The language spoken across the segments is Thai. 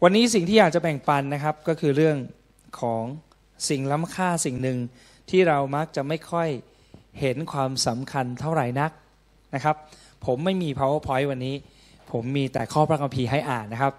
วันนี้สิ่งที่อยากจะแบ่งปันนะครับก็คือเรื่องของสิ่งล้ำค่าสิ่งหนึ่งที่เรามักจะไม่ค่อยเห็นความสำคัญเท่าไหร่นักนะครับผมไม่มี PowerPoint วันนี้ผมมีแต่ข้อพระคัมภีร์ให้อ่านนะครับ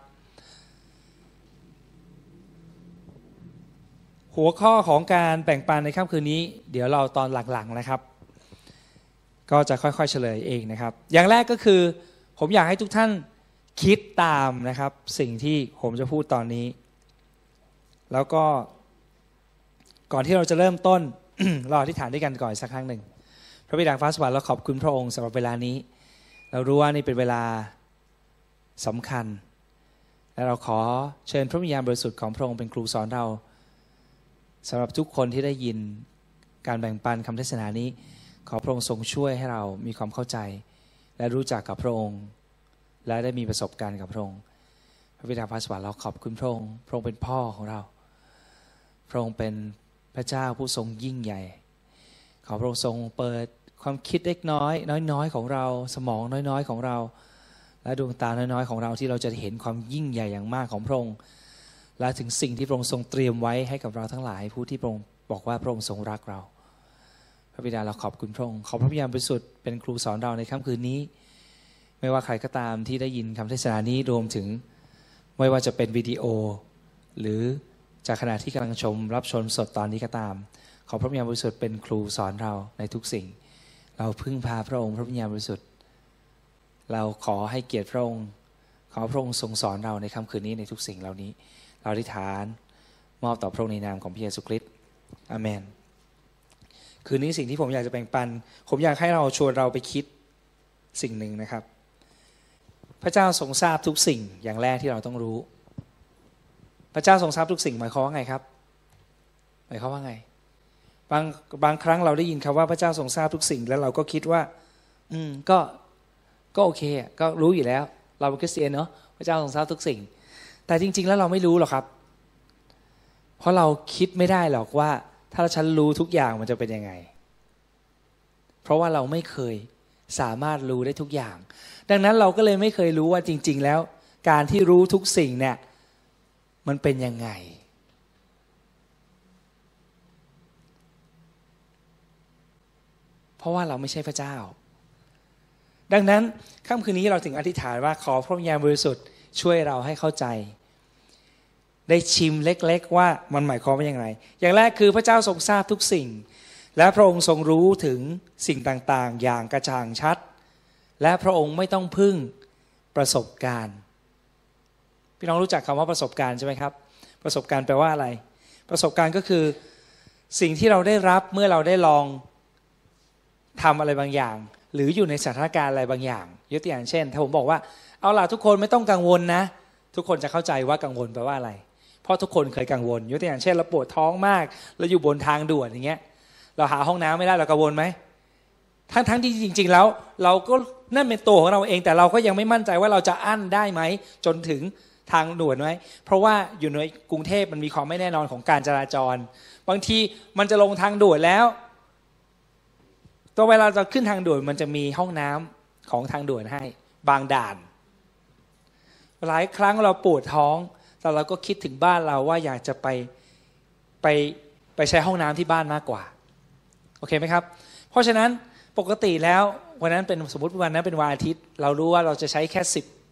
หัวข้อของการแบ่งปันในค่ำคืนนี้เดี๋ยวเราตอนหลังๆนะครับก็จะค่อยๆเฉลยเองนะครับอย่างแรกก็คือผมอยากให้ทุกท่านคิดตามนะครับสิ่งที่ผมจะพูดตอนนี้แล้วก็ก่อนที่เราจะเริ่มต้น เราอธิษฐานด้วยกันก่อนสักครั้งหนึ่งพระบิดาฟ้าสวรรค์เราขอบคุณพระองค์สำหรับเวลานี้เรารู้ว่านี่เป็นเวลาสำคัญและเราขอเชิญพระวิญญาณบริสุทธิ์ของพระองค์เป็นครูสอนเราสำหรับทุกคนที่ได้ยินการแบ่งปันคำเทศนานี้ขอพระองค์ทรงช่วยให้เรามีความเข้าใจและรู้จักกับพระองค์และได้มีประสบการณ์กับพระองค์พระบิดาฟ้าสวรรค์เราขอบคุณพระองค์พระองค์เป็นพ่อของเราพระองค์เป็นพระเจ้าผู้ทรงยิ่งใหญ่ขอพระองค์ทรงเปิดความคิดเล็กน้อยของเราสมองน้อยของเราและดวงตาน้อยของเราที่เราจะเห็นความยิ่งใหญ่อย่างมากของพระองค์และถึงสิ่งที่พระองค์ทรงเตรียมไว้ให้กับเราทั้งหลายผู้ที่พระองค์บอกว่าพระองค์ทรงรักเราพระบิดาเราขอบคุณพระองค์ขอพระวิญญาณบริสุทธิ์เป็นครูสอนเราในค่ำคืนนี้ไม่ว่าใครก็ตามที่ได้ยินคำเทศนานี้รวมถึงไม่ว่าจะเป็นวิดีโอหรือจากขณะที่กำลังรับชมสดตอนนี้ก็ตามขอพระวิญญาณบริสุทธิ์เป็นครูสอนเราในทุกสิ่งเราพึ่งพาพระองค์พระวิญญาณบริสุทธิ์เราขอให้เกียรติพระองค์ขอพระองค์ทรงสอนเราในค่ำคืนนี้ในทุกสิ่งเหล่านี้เราอธิษฐานมอบต่อพระองค์ในนามของพระเยซูคริสต์อาเมนคืนนี้สิ่งที่ผมอยากจะแบ่งปันผมอยากให้เราชวนเราไปคิดสิ่งหนึ่งนะครับพระเจ้าทรงทราบทุกสิ่งอย่างแรกที่เราต้องรู้พระเจ้าทรงทราบทุกสิ่งหมายความว่าไงครับหมายความว่าไงบางครั้งเราได้ยินคำว่าพระเจ้าทรงทราบทุกสิ่งแล้วเราก็คิดว่าก็โอเคก็รู้อยู่แล้วเราเป็นคริสเตียนเนาะพระเจ้าทรงทราบทุกสิ่งแต่จริงๆแล้วเราไม่รู้หรอกครับเพราะเราคิดไม่ได้หรอกว่าถ้าฉันรู้ทุกอย่างมันจะเป็นยังไงเพราะว่าเราไม่เคยสามารถรู้ได้ทุกอย่างดังนั้นเราก็เลยไม่เคยรู้ว่าจริงๆแล้วการที่รู้ทุกสิ่งเนี่ยมันเป็นยังไงเพราะว่าเราไม่ใช่พระเจ้าดังนั้นค่ำคืนนี้เราถึงอธิษฐานว่าขอพระวิญญาณบริสุทธิ์ช่วยเราให้เข้าใจได้ชิมเล็กๆว่ามันหมายความว่าอย่างไรอย่างแรกคือพระเจ้าทรงทราบทุกสิ่งและพระองค์ทรงรู้ถึงสิ่งต่างๆอย่างกระจ่างชัดและพระองค์ไม่ต้องพึ่งประสบการณ์พี่น้องรู้จักคำว่าประสบการณ์ใช่ไหมครับประสบการณ์แปลว่าอะไรประสบการณ์ก็คือสิ่งที่เราได้รับเมื่อเราได้ลองทำอะไรบางอย่างหรืออยู่ในสถานการณ์อะไรบางอย่างยกตัวอย่างเช่นถ้าผมบอกว่าเอาล่ะทุกคนไม่ต้องกังวลนะทุกคนจะเข้าใจว่ากังวลแปลว่าอะไรเพราะทุกคนเคยกังวลยกตัวอย่างเช่นเราปวดท้องมากเราอยู่บนทางด่วนอย่างเงี้ยเราหาห้องน้ำไม่ได้เรากังวลไหมทั้งที่จริงๆแล้วเราก็นั่นเป็นตัวของเราเองแต่เราก็ยังไม่มั่นใจว่าเราจะอั้นได้ไหมจนถึงทางด่วนไหมเพราะว่าอยู่ในกรุงเทพมันมีความไม่แน่นอนของการจราจรบางทีมันจะลงทางด่วนแล้วตัวเวลาจะขึ้นทางด่วนมันจะมีห้องน้ำของทางด่วนให้บางด่านหลายครั้งเราปวดท้องแต่เราก็คิดถึงบ้านเราว่าอยากจะไปใช้ห้องน้ำที่บ้านมากกว่าโอเคไหมครับเพราะฉะนั้นปกติแล้ววันนั้นเป็นสมมติวันนั้นเป็นวันอาทิตย์เรารู้ว่าเราจะใช้แค่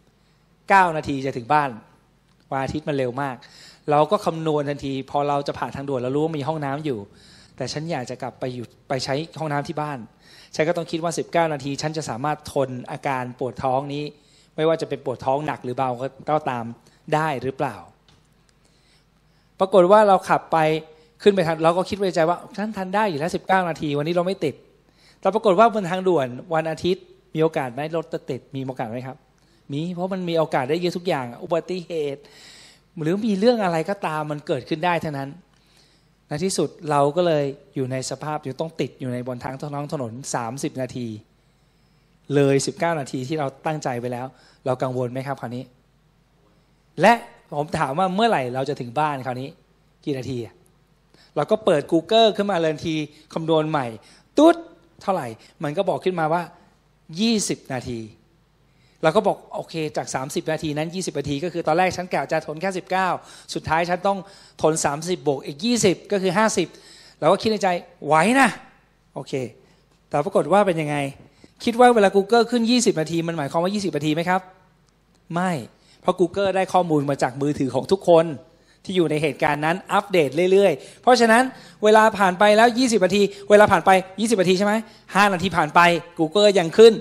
19 นาทีจะถึงบ้านวันอาทิตย์มันเร็วมากเราก็คำนวณทันทีพอเราจะผ่านทางด่วนเรารู้ว่ามีห้องน้ำอยู่แต่ฉันอยากจะกลับไปใช้ห้องน้ำที่บ้านฉันก็ต้องคิดว่า19 นาทีฉันจะสามารถทนอาการปวดท้องนี้ไม่ว่าจะเป็นปวดท้องหนักหรือเบาก็ตามได้หรือเปล่าปรากฏว่าเราขับไปขึ้นไปทันเราก็คิดในใจว่าฉันทันได้อยู่แล้ว19 นาทีวันนี้เราไม่ติดแต่ปรากฏว่าบนทางด่วนวันอาทิตย์มีโอกาสไหมรถจะติดมีโอกาสไหมครับมีเพราะมันมีโอกาสได้เยอะทุกอย่างอุบัติเหตุหรือมีเรื่องอะไรก็ตามมันเกิดขึ้นได้ทั้งนั้นในที่สุดเราก็เลยอยู่ในสภาพอยู่ต้องติดอยู่ในบนทางท้องถนน30 นาทีเลย19 นาทีที่เราตั้งใจไปแล้วเรากังวลไหมครับคราวนี้และผมถามว่าเมื่อไหร่เราจะถึงบ้านคราวนี้กี่นาทีเราก็เปิด Google ขึ้นมาเลยทีคำนวณใหม่ตุ๊ดเท่าไหร่มันก็บอกขึ้นมาว่า20 นาทีเราก็บอกโอเคจาก30นาทีนั้น20นาทีก็คือตอนแรกฉันกะจะทนแค่19สุดท้ายฉันต้องทน30บวกอีก20ก็คือ50เราก็คิดในใจไหวนะโอเคแต่ปรากฏว่าเป็นยังไงคิดว่าเวลา Google ขึ้น20นาทีมันหมายความว่า20นาทีไหมครับไม่เพราะ Google ได้ข้อมูลมาจากมือถือของทุกคนที่อยู่ในเหตุการณ์นั้นอัปเดตเรื่อยๆเพราะฉะนั้นเวลาผ่านไปแล้ว20นาทีเวลาผ่านไป20นาทีใช่ไหม5นาทีผ่านไป Google ยังขึ้น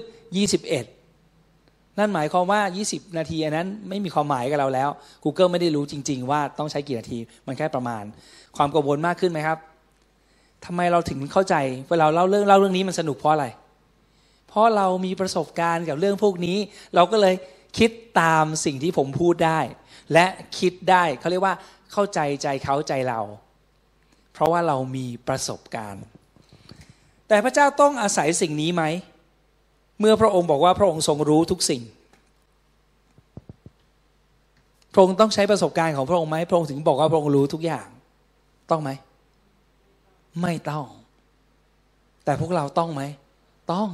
21นั่นหมายความว่า20นาทีอันนั้นไม่มีความหมายกับเราแล้ว Google ไม่ได้รู้จริงๆว่าต้องใช้กี่นาทีมันแค่ประมาณความกังวลมากขึ้นไหมครับทำไมเราถึงเข้าใจเวลาเล่าเรื่องนี้มันสนุกเพราะอะไรเพราะเรามีประสบการณ์กับเรื่องพวกนี้เราก็เลยคิดตามสิ่งที่ผมพูดได้และคิดได้เขาเรียกว่าเข้าใจใจเขาใจเราเพราะว่าเรามีประสบการณ์แต่พระเจ้าต้องอาศัยสิ่งนี้ไหมเมื่อพระองค์บอกว่าพระองค์ทรงรู้ทุกสิ่งพระองค์ต้องใช้ประสบการณ์ของพระองค์ไหมพระองค์ถึงบอกว่าพระองค์รู้ทุกอย่างต้องไหมไม่ต้องแต่พวกเราต้องไหมต้อง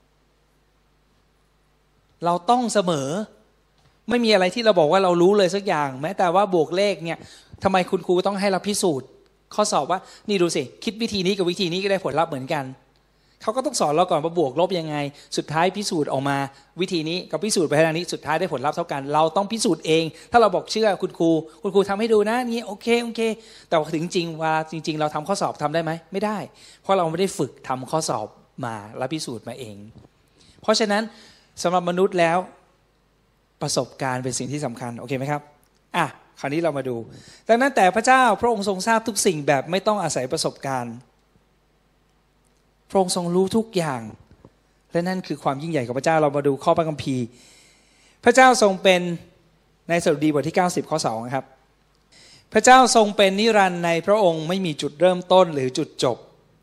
เราต้องเสมอไม่มีอะไรที่เราบอกว่าเรารู้เลยสักอย่างแม้แต่ว่าบวกเลขเนี่ยทำไมคุณครูต้องให้เราพิสูจน์ข้อสอบว่านี่ดูสิคิดวิธีนี้กับวิธีนี้ก็ได้ผลลัพธ์เหมือนกันเขาก็ต้องสอนเราก่อนว่าบวกลบยังไงสุดท้ายพิสูจน์ออกมาวิธีนี้กับพิสูจน์ไปทางนี้สุดท้ายได้ผลลัพธ์เท่ากันเราต้องพิสูจน์เองถ้าเราบอกเชื่อคุณครูทำให้ดูนะนี่โอเคแต่ว่าถึงจริงว่าจริงๆเราทำข้อสอบทำได้ไหมไม่ได้เพราะเราไม่ได้ฝึกทำข้อสอบมาแล้วพิสูจน์มาเองเพราะฉะนั้นสำหรับมนุษย์แล้วประสบการณ์เป็นสิ่งที่สำคัญโอเคไหมครับคราวนี้เรามาดูดังนั้นแต่พระเจ้าพระองค์ทรงทราบทุกสิ่งแบบไม่ต้องอาศัยประสบการณ์พระองค์ทรงรู้ทุกอย่างและนั่นคือความยิ่งใหญ่ของพระเจ้าเรามาดูข้อพระคัมภีร์พระเจ้าทรงเป็นในสดุดีบทที่90ข้อ2นะครับพระเจ้าทรงเป็นนิรันดร์ในพระองค์ไม่มีจุดเริ่มต้นหรือจุดจบ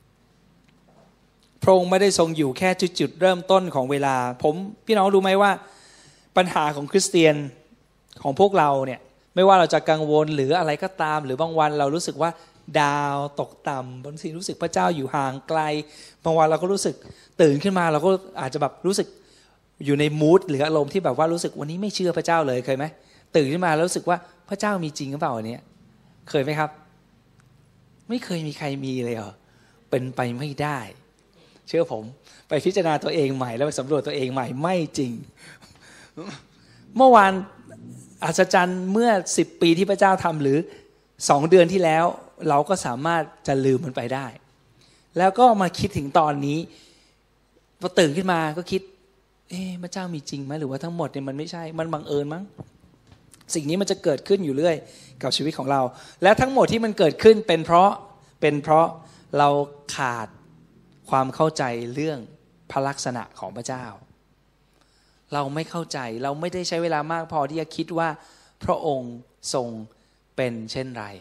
พระองค์ไม่ได้ทรงอยู่แค่จุดเริ่มต้นของเวลาพี่น้องรู้ไหมว่าปัญหาของคริสเตียนของพวกเราเนี่ยไม่ว่าเราจะกังวลหรืออะไรก็ตามหรือบางวันเรารู้สึกว่าดาวตกต่ำบางทีรู้สึกพระเจ้าอยู่ห่างไกลบางวันเราก็รู้สึกตื่นขึ้นมาเราก็อาจจะแบบรู้สึกอยู่ในมูดหรืออารมณ์ที่แบบว่ารู้สึกวันนี้ไม่เชื่อพระเจ้าเลยเคยไหมตื่นขึ้นมาแล้วรู้สึกว่าพระเจ้ามีจริงหรือเปล่าวันนี้เคยไหมครับไม่เคยมีใครมีเลยเหรอเป็นไปไม่ได้เชื่อผมไปพิจารณาตัวเองใหม่แล้วไปสำรวจตัวเองใหม่ไม่จริงเมื่อวานอัศจรรย์เมื่อ10ปีที่พระเจ้าทำหรือ2เดือนที่แล้วเราก็สามารถจะลืมมันไปได้แล้วก็มาคิดถึงตอนนี้พอตื่นขึ้นมาก็คิดพระเจ้ามีจริงไหมหรือว่าทั้งหมดเนี่ยมันไม่ใช่มันบังเอิญมั้งสิ่งนี้มันจะเกิดขึ้นอยู่เรื่อยกับชีวิตของเราและทั้งหมดที่มันเกิดขึ้นเป็นเพราะเราขาดความเข้าใจเรื่องพระลักษณะของพระเจ้าเราไม่เข้าใจเราไม่ได้ใช้เวลามากพอที่จะคิดว่าพระองค์ทรงเป็นเช่นไร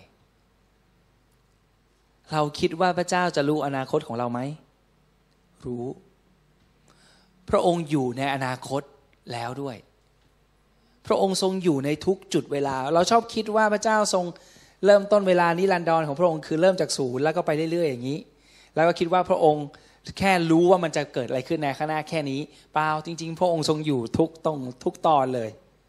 เราคิดว่าพระเจ้าจะรู้อนาคตของเราไหมรู้พระองค์อยู่ในอนาคตแล้วด้วยพระองค์ทรงอยู่ในทุกจุดเวลาเราชอบคิดว่าพระเจ้าทรงเริ่มต้นเวลานิรันดรของพระองค์คือเริ่มจากศูนย์แล้วก็ไปเรื่อยๆอย่างนี้แล้วก็คิดว่าพระองค์แค่รู้ว่ามันจะเกิดอะไรขึ้นในข้างหน้าแค่นี้เปล่าจริงๆพระองค์ทรงอยู่ทุกตอนเลย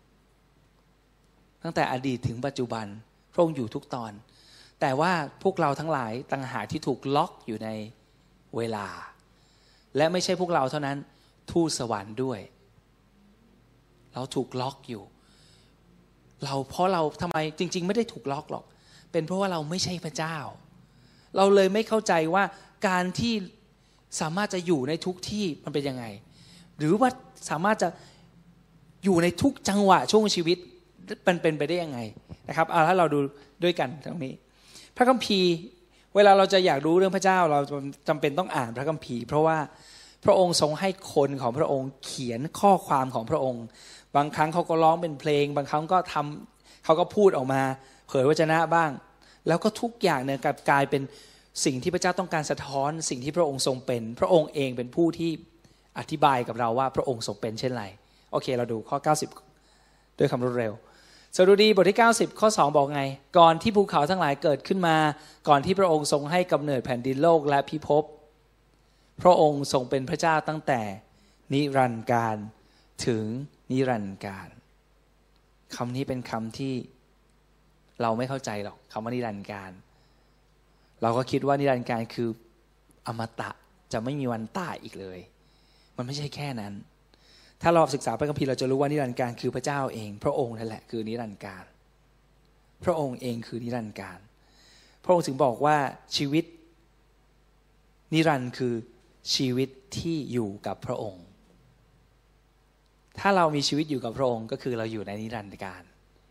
ตั้งแต่อดีตถึงปัจจุบันพระองค์อยู่ทุกตอนแต่ว่าพวกเราทั้งหลายต่างหากที่ถูกล็อกอยู่ในเวลาและไม่ใช่พวกเราเท่านั้นทูตสวรรค์ด้วยเราถูกล็อกอยู่เพราะเราทำไมจริงๆไม่ได้ถูกล็อกหรอกเป็นเพราะว่าเราไม่ใช่พระเจ้าเราเลยไม่เข้าใจว่าการที่สามารถจะอยู่ในทุกที่มันเป็นยังไงหรือว่าสามารถจะอยู่ในทุกจังหวะช่วงชีวิตมันเป็นไปได้ยังไงนะครับถ้าเราดูด้วยกันตรงนี้พระคัมภีร์เวลาเราจะอยากรู้เรื่องพระเจ้าเราจำเป็นต้องอ่านพระคัมภีร์เพราะว่าพระองค์ทรงให้คนของพระองค์เขียนข้อความของพระองค์บางครั้งเขาก็ร้องเป็นเพลงบางครั้งก็เขาก็พูดออกมาเผยวจนะบ้างแล้วก็ทุกอย่างเนี่ยกลายเป็นสิ่งที่พระเจ้าต้องการสะท้อนสิ่งที่พระองค์ทรงเป็นพระองค์เองเป็นผู้ที่อธิบายกับเราว่าพระองค์ทรงเป็นเช่นไรโอเคเราดูข้อ90ด้วยคำรวดเร็วสดุดีบทที่90ข้อ2บอกไงก่อนที่ภูเขาทั้งหลายเกิดขึ้นมาก่อนที่พระองค์ทรงให้กำเนิดแผ่นดินโลกและพิภพพระองค์ทรงเป็นพระเจ้าตั้งแต่นิรันดร์กาลถึงนิรันดร์การคำนี้เป็นคำที่เราไม่เข้าใจหรอกคำว่านิรันดร์การเราก็คิดว่านิรันดร์การคืออมตะจะไม่มีวันตายอีกเลยมันไม่ใช่แค่นั้นถ้าเราศึกษาพระคัมภีร์เราจะรู้ว่านิรันดร์การคือพระเจ้าเองพระองค์นั่นแหละคือนิรันดร์การพระองค์เองคือนิรันดร์การพระองค์ถึงบอกว่าชีวิตนิรันดร์คือชีวิตที่อยู่กับพระองค์ถ้าเรามีชีวิตอยู่กับพระองค์ก็คือเราอยู่ในนิรันดร์การ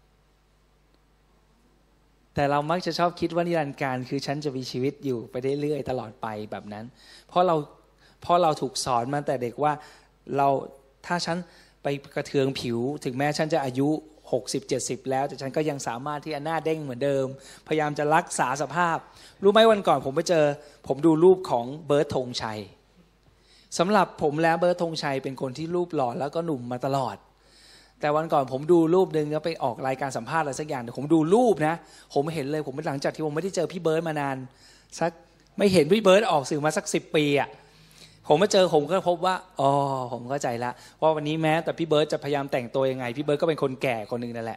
แต่เรามักจะชอบคิดว่านิรันดร์การคือฉันจะมีชีวิตอยู่ไปเรื่อยๆตลอดไปแบบนั้นเพราะเราถูกสอนมาแต่เด็กว่าถ้าฉันไปกระเทืองผิวถึงแม้ฉันจะอายุ60-70แล้วแต่ฉันก็ยังสามารถที่จะหน้าเด้งเหมือนเดิมพยายามจะรักษาสภาพรู้ไหมวันก่อนผมดูรูปของเบิร์ต ธงชัยสำหรับผมแล้วเบิร์ต ธงชัยเป็นคนที่รูปหล่อแล้วก็หนุ่มมาตลอดแต่วันก่อนผมดูรูปนึงแล้วไปออกรายการสัมภาษณ์อะไรสักอย่างแต่ผมดูรูปนะผมเห็นเลยผมหลังจากที่ผมไม่ได้เจอพี่เบิร์ตมานานสักไม่เห็นพี่เบิร์ตออกสื่อมาสัก10 ปีอ่ะผมมาเจอผมก็พบว่าอ๋อผมเข้าใจแล้วว่าวันนี้แม้แต่พี่เบิร์ตจะพยายามแต่งตัวยังไงพี่เบิร์ตก็เป็นคนแก่คนนึงนั่นแหละ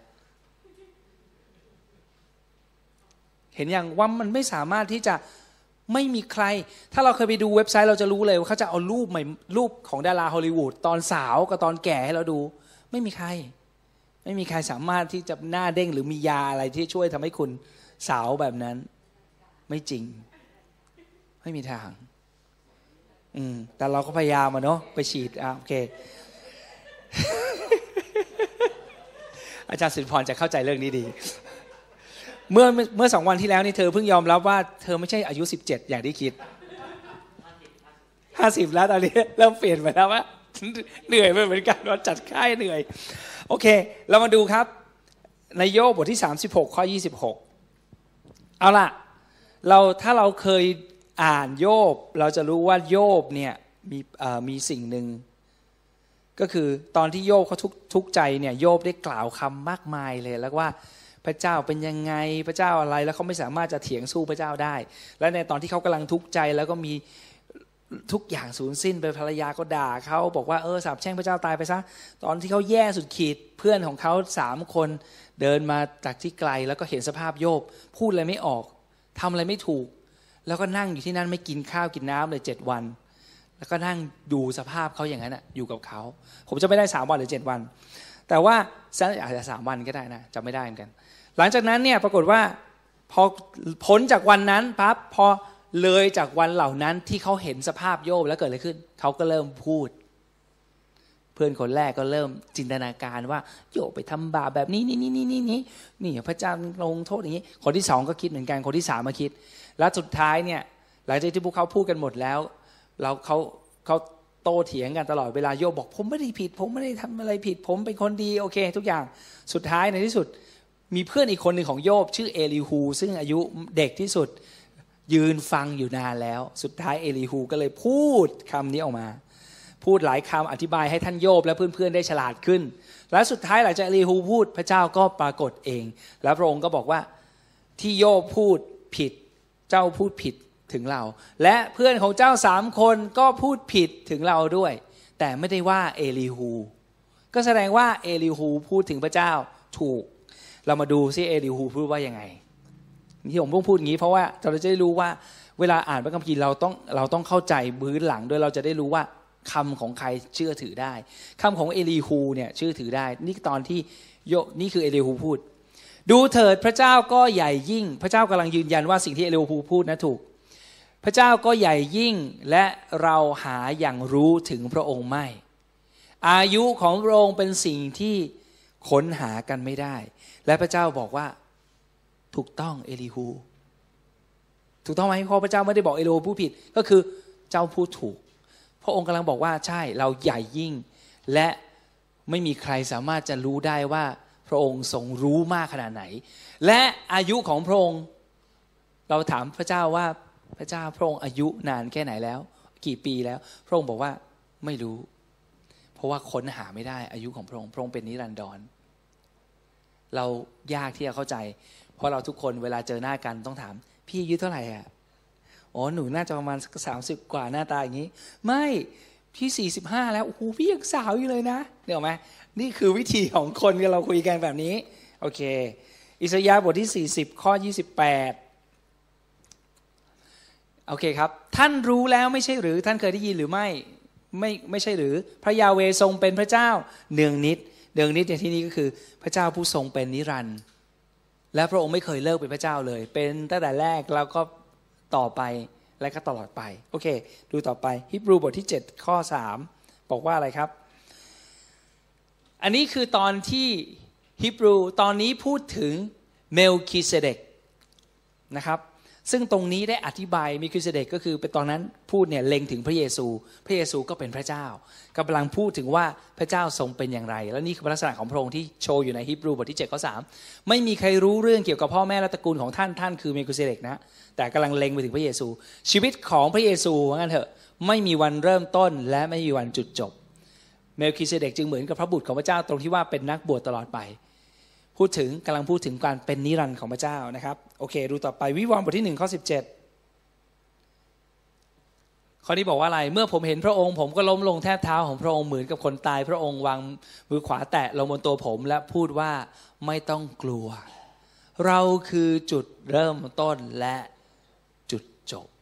เห็นอย่างว่ามันไม่สามารถที่จะไม่มีใครถ้าเราเคยไปดูเว็บไซต์เราจะรู้เลยว่าเขาจะเอารูปใหม่รูปของดาราฮอลลีวูดตอนสาวกับตอนแก่ให้เราดูไม่มีใครสามารถที่จะหน้าเด้งหรือมียาอะไรที่ช่วยทำให้คุณสาวแบบนั้นไม่จริงไม่มีทางแต่เราก็พยายามเนาะไปฉีดโอเค อาจารย์สิริพรจะเข้าใจเรื่องนี้ดีเมื่อ2 วันที่แล้วนี่เธอเพิ่งยอมรับว่าเธอไม่ใช่อายุ17อย่างที่คิด50แล้วตอนนี้เริ่มเปลี่ยนไปแล้วว่าเหนื่อยไปเหมือนกันว่าจัดค่ายเหนื่อยโอเคเรามาดูครับในโยบบทที่36ข้อ26เอาล่ะถ้าเราเคยอ่านโยบเราจะรู้ว่าโยบเนี่ยมีสิ่งหนึ่งก็คือตอนที่โยบเขาทุกข์ใจเนี่ยโยบได้กล่าวคำมากมายเลยแล้วว่าพระเจ้าเป็นยังไงพระเจ้าอะไรแล้วเขาไม่สามารถจะเถียงสู้พระเจ้าได้และในตอนที่เขากำลังทุกข์ใจแล้วก็มีทุกอย่างสูญสิ้นไปภรรยาก็ด่าเขาบอกว่าสาปแช่งพระเจ้าตายไปซะตอนที่เขาแย่สุดขีดเพื่อนของเขา3 คนเดินมาจากที่ไกลแล้วก็เห็นสภาพโยบพูดอะไรไม่ออกทำอะไรไม่ถูกแล้วก็นั่งอยู่ที่นั่นไม่กินข้าวกินน้ำเลย7 วันแล้วก็นั่งดูสภาพเขาอย่างนั้นอยู่กับเขาผมจะไม่ได้3 วันหรือ7 วันแต่ว่าอาจจะ3 วันก็ได้นะจำไม่ได้เหมือนกันหลังจากนั้นเนี่ยปรากฏว่าพอพ้นจากวันนั้นปั๊บพอเลยจากวันเหล่านั้นที่เขาเห็นสภาพโยบแล้วเกิดอะไรขึ้นเขาก็เริ่มพูดเพื่อนคนแรกก็เริ่มจินตนาการว่าโยบไปทำบาปแบบนี้นี่พระเจ้าลงโทษอย่างนี้คนที่2ก็คิดเหมือนกันคนที่3มาคิดแล้วสุดท้ายเนี่ยหลังจากที่พวกเขาพูดกันหมดแล้วเขาโตเถียงกันตลอดเวลาโยบบอกผมไม่ได้ผิดผมไม่ได้ทำอะไรผิดผมเป็นคนดีโอเคทุกอย่างสุดท้ายในที่สุดมีเพื่อนอีกคนหนึ่งของโยบชื่อเอลีฮูซึ่งอายุเด็กที่สุดยืนฟังอยู่นานแล้วสุดท้ายเอลีฮูก็เลยพูดคำนี้ออกมาพูดหลายคำอธิบายให้ท่านโยบและเพื่อนๆได้ฉลาดขึ้นและสุดท้ายหลังจากเอลีฮูพูดพระเจ้าก็ปรากฏเองและพระองค์ก็บอกว่าที่โยบพูดผิดเจ้าพูดผิดถึงเราและเพื่อนของเจ้า3 คนก็พูดผิดถึงเราด้วยแต่ไม่ได้ว่าเอลีฮูก็แสดงว่าเอลีฮูพูดถึงพระเจ้าถูกเรามาดูซิเอลีฮูพูดว่ายังไงที่ผมต้องพูดอย่างนี้เพราะว่าเราจะได้รู้ว่าเวลาอ่านพระคัมภีร์เราต้องเข้าใจพื้นหลังด้วยเราจะได้รู้ว่าคำของใครเชื่อถือได้คำของเอลีฮูเนี่ยเชื่อถือได้นี่ตอนที่นี่คือเอลีฮูพูดดูเถิดพระเจ้าก็ใหญ่ยิ่งพระเจ้ากำลังยืนยันว่าสิ่งที่เอลีฮูพูดนะถูกพระเจ้าก็ใหญ่ยิ่งและเราหาอย่างรู้ถึงพระองค์ไม่อายุของพระองค์เป็นสิ่งที่ค้นหากันไม่ได้และพระเจ้าบอกว่าถูกต้องเอลีฮูถูกต้องไหมเพราะพระเจ้าไม่ได้บอกเอลีฮูผู้ผิดก็คือเจ้าพูดถูกพระองค์กำลังบอกว่าใช่เราใหญ่ยิ่งและไม่มีใครสามารถจะรู้ได้ว่าพระองค์ทรงรู้มากขนาดไหนและอายุของพระองค์เราถามพระเจ้าว่าพระเจ้าพระองค์อายุนานแค่ไหนแล้วกี่ปีแล้วพระองค์บอกว่าไม่รู้เพราะว่าค้นหาไม่ได้อายุของพระองค์พระองค์เป็นนิรันดรเรายากที่จะเข้าใจเพราะเราทุกคนเวลาเจอหน้ากันต้องถามพี่อายุเท่าไหร่อ่ะอ๋อหนูน่าจะประมาณ30 กว่าหน้าตาอย่างนี้ไม่พี่45แล้วโอ้โหพี่ยังสาวอยู่เลยนะเดี๋ยวไหมนี่คือวิธีของคนที่เราคุยกันแบบนี้โอเคอิสยาห์บทที่40ข้อ28โอเคครับท่านรู้แล้วไม่ใช่หรือท่านเคยได้ยินหรือไม่ใช่หรือพระยาเวห์ทรงเป็นพระเจ้าเนืองนิดในที่นี้ก็คือพระเจ้าผู้ทรงเป็นนิรันดร์และพระองค์ไม่เคยเลิกเป็นพระเจ้าเลยเป็นตั้งแต่แรกแล้วก็ต่อไปและก็ตลอดไปโอเคดูต่อไปฮีบรูบทที่7ข้อ3บอกว่าอะไรครับอันนี้คือตอนที่ฮีบรูตอนนี้พูดถึงเมลคิเซเดกนะครับซึ่งตรงนี้ได้อธิบายเมลคิเซเดกก็คือเป็นตอนนั้นพูดเนี่ยเล็งถึงพระเยซูก็เป็นพระเจ้ากำลังพูดถึงว่าพระเจ้าทรงเป็นอย่างไรแล้วนี่คือลักษณะของพระองค์ที่โชว์อยู่ในฮีบรูบทที่7ข้อ3ไม่มีใครรู้เรื่องเกี่ยวกับพ่อแม่และตระกูลของท่านคือเมลคิเซเดกนะแต่กำลังเล็งไปถึงพระเยซูชีวิตของพระเยซูว่างั้นเถอะไม่มีวันเริ่มต้นและไม่มีวันจุดจบเมลคิเซเดกจึงเหมือนกับพระบุตรของพระเจ้าตรงที่ว่าเป็นนักบวชตลอดไปกำลังพูดถึงการเป็นนิรันดร์ของพระเจ้านะครับโอเคดูต่อไปวิวรณ์บทที่1ข้อ17ข้อนี้บอกว่าอะไรเมื่อผมเห็นพระองค์ผมก็ล้มลงแทบเท้าของพระองค์เหมือนกับคนตายพระองค์วางมือขวาแตะลงบนตัวผมและพูดว่าไม่ต้องกลัวเราคือจุดเริ่มต้นและจุดจบ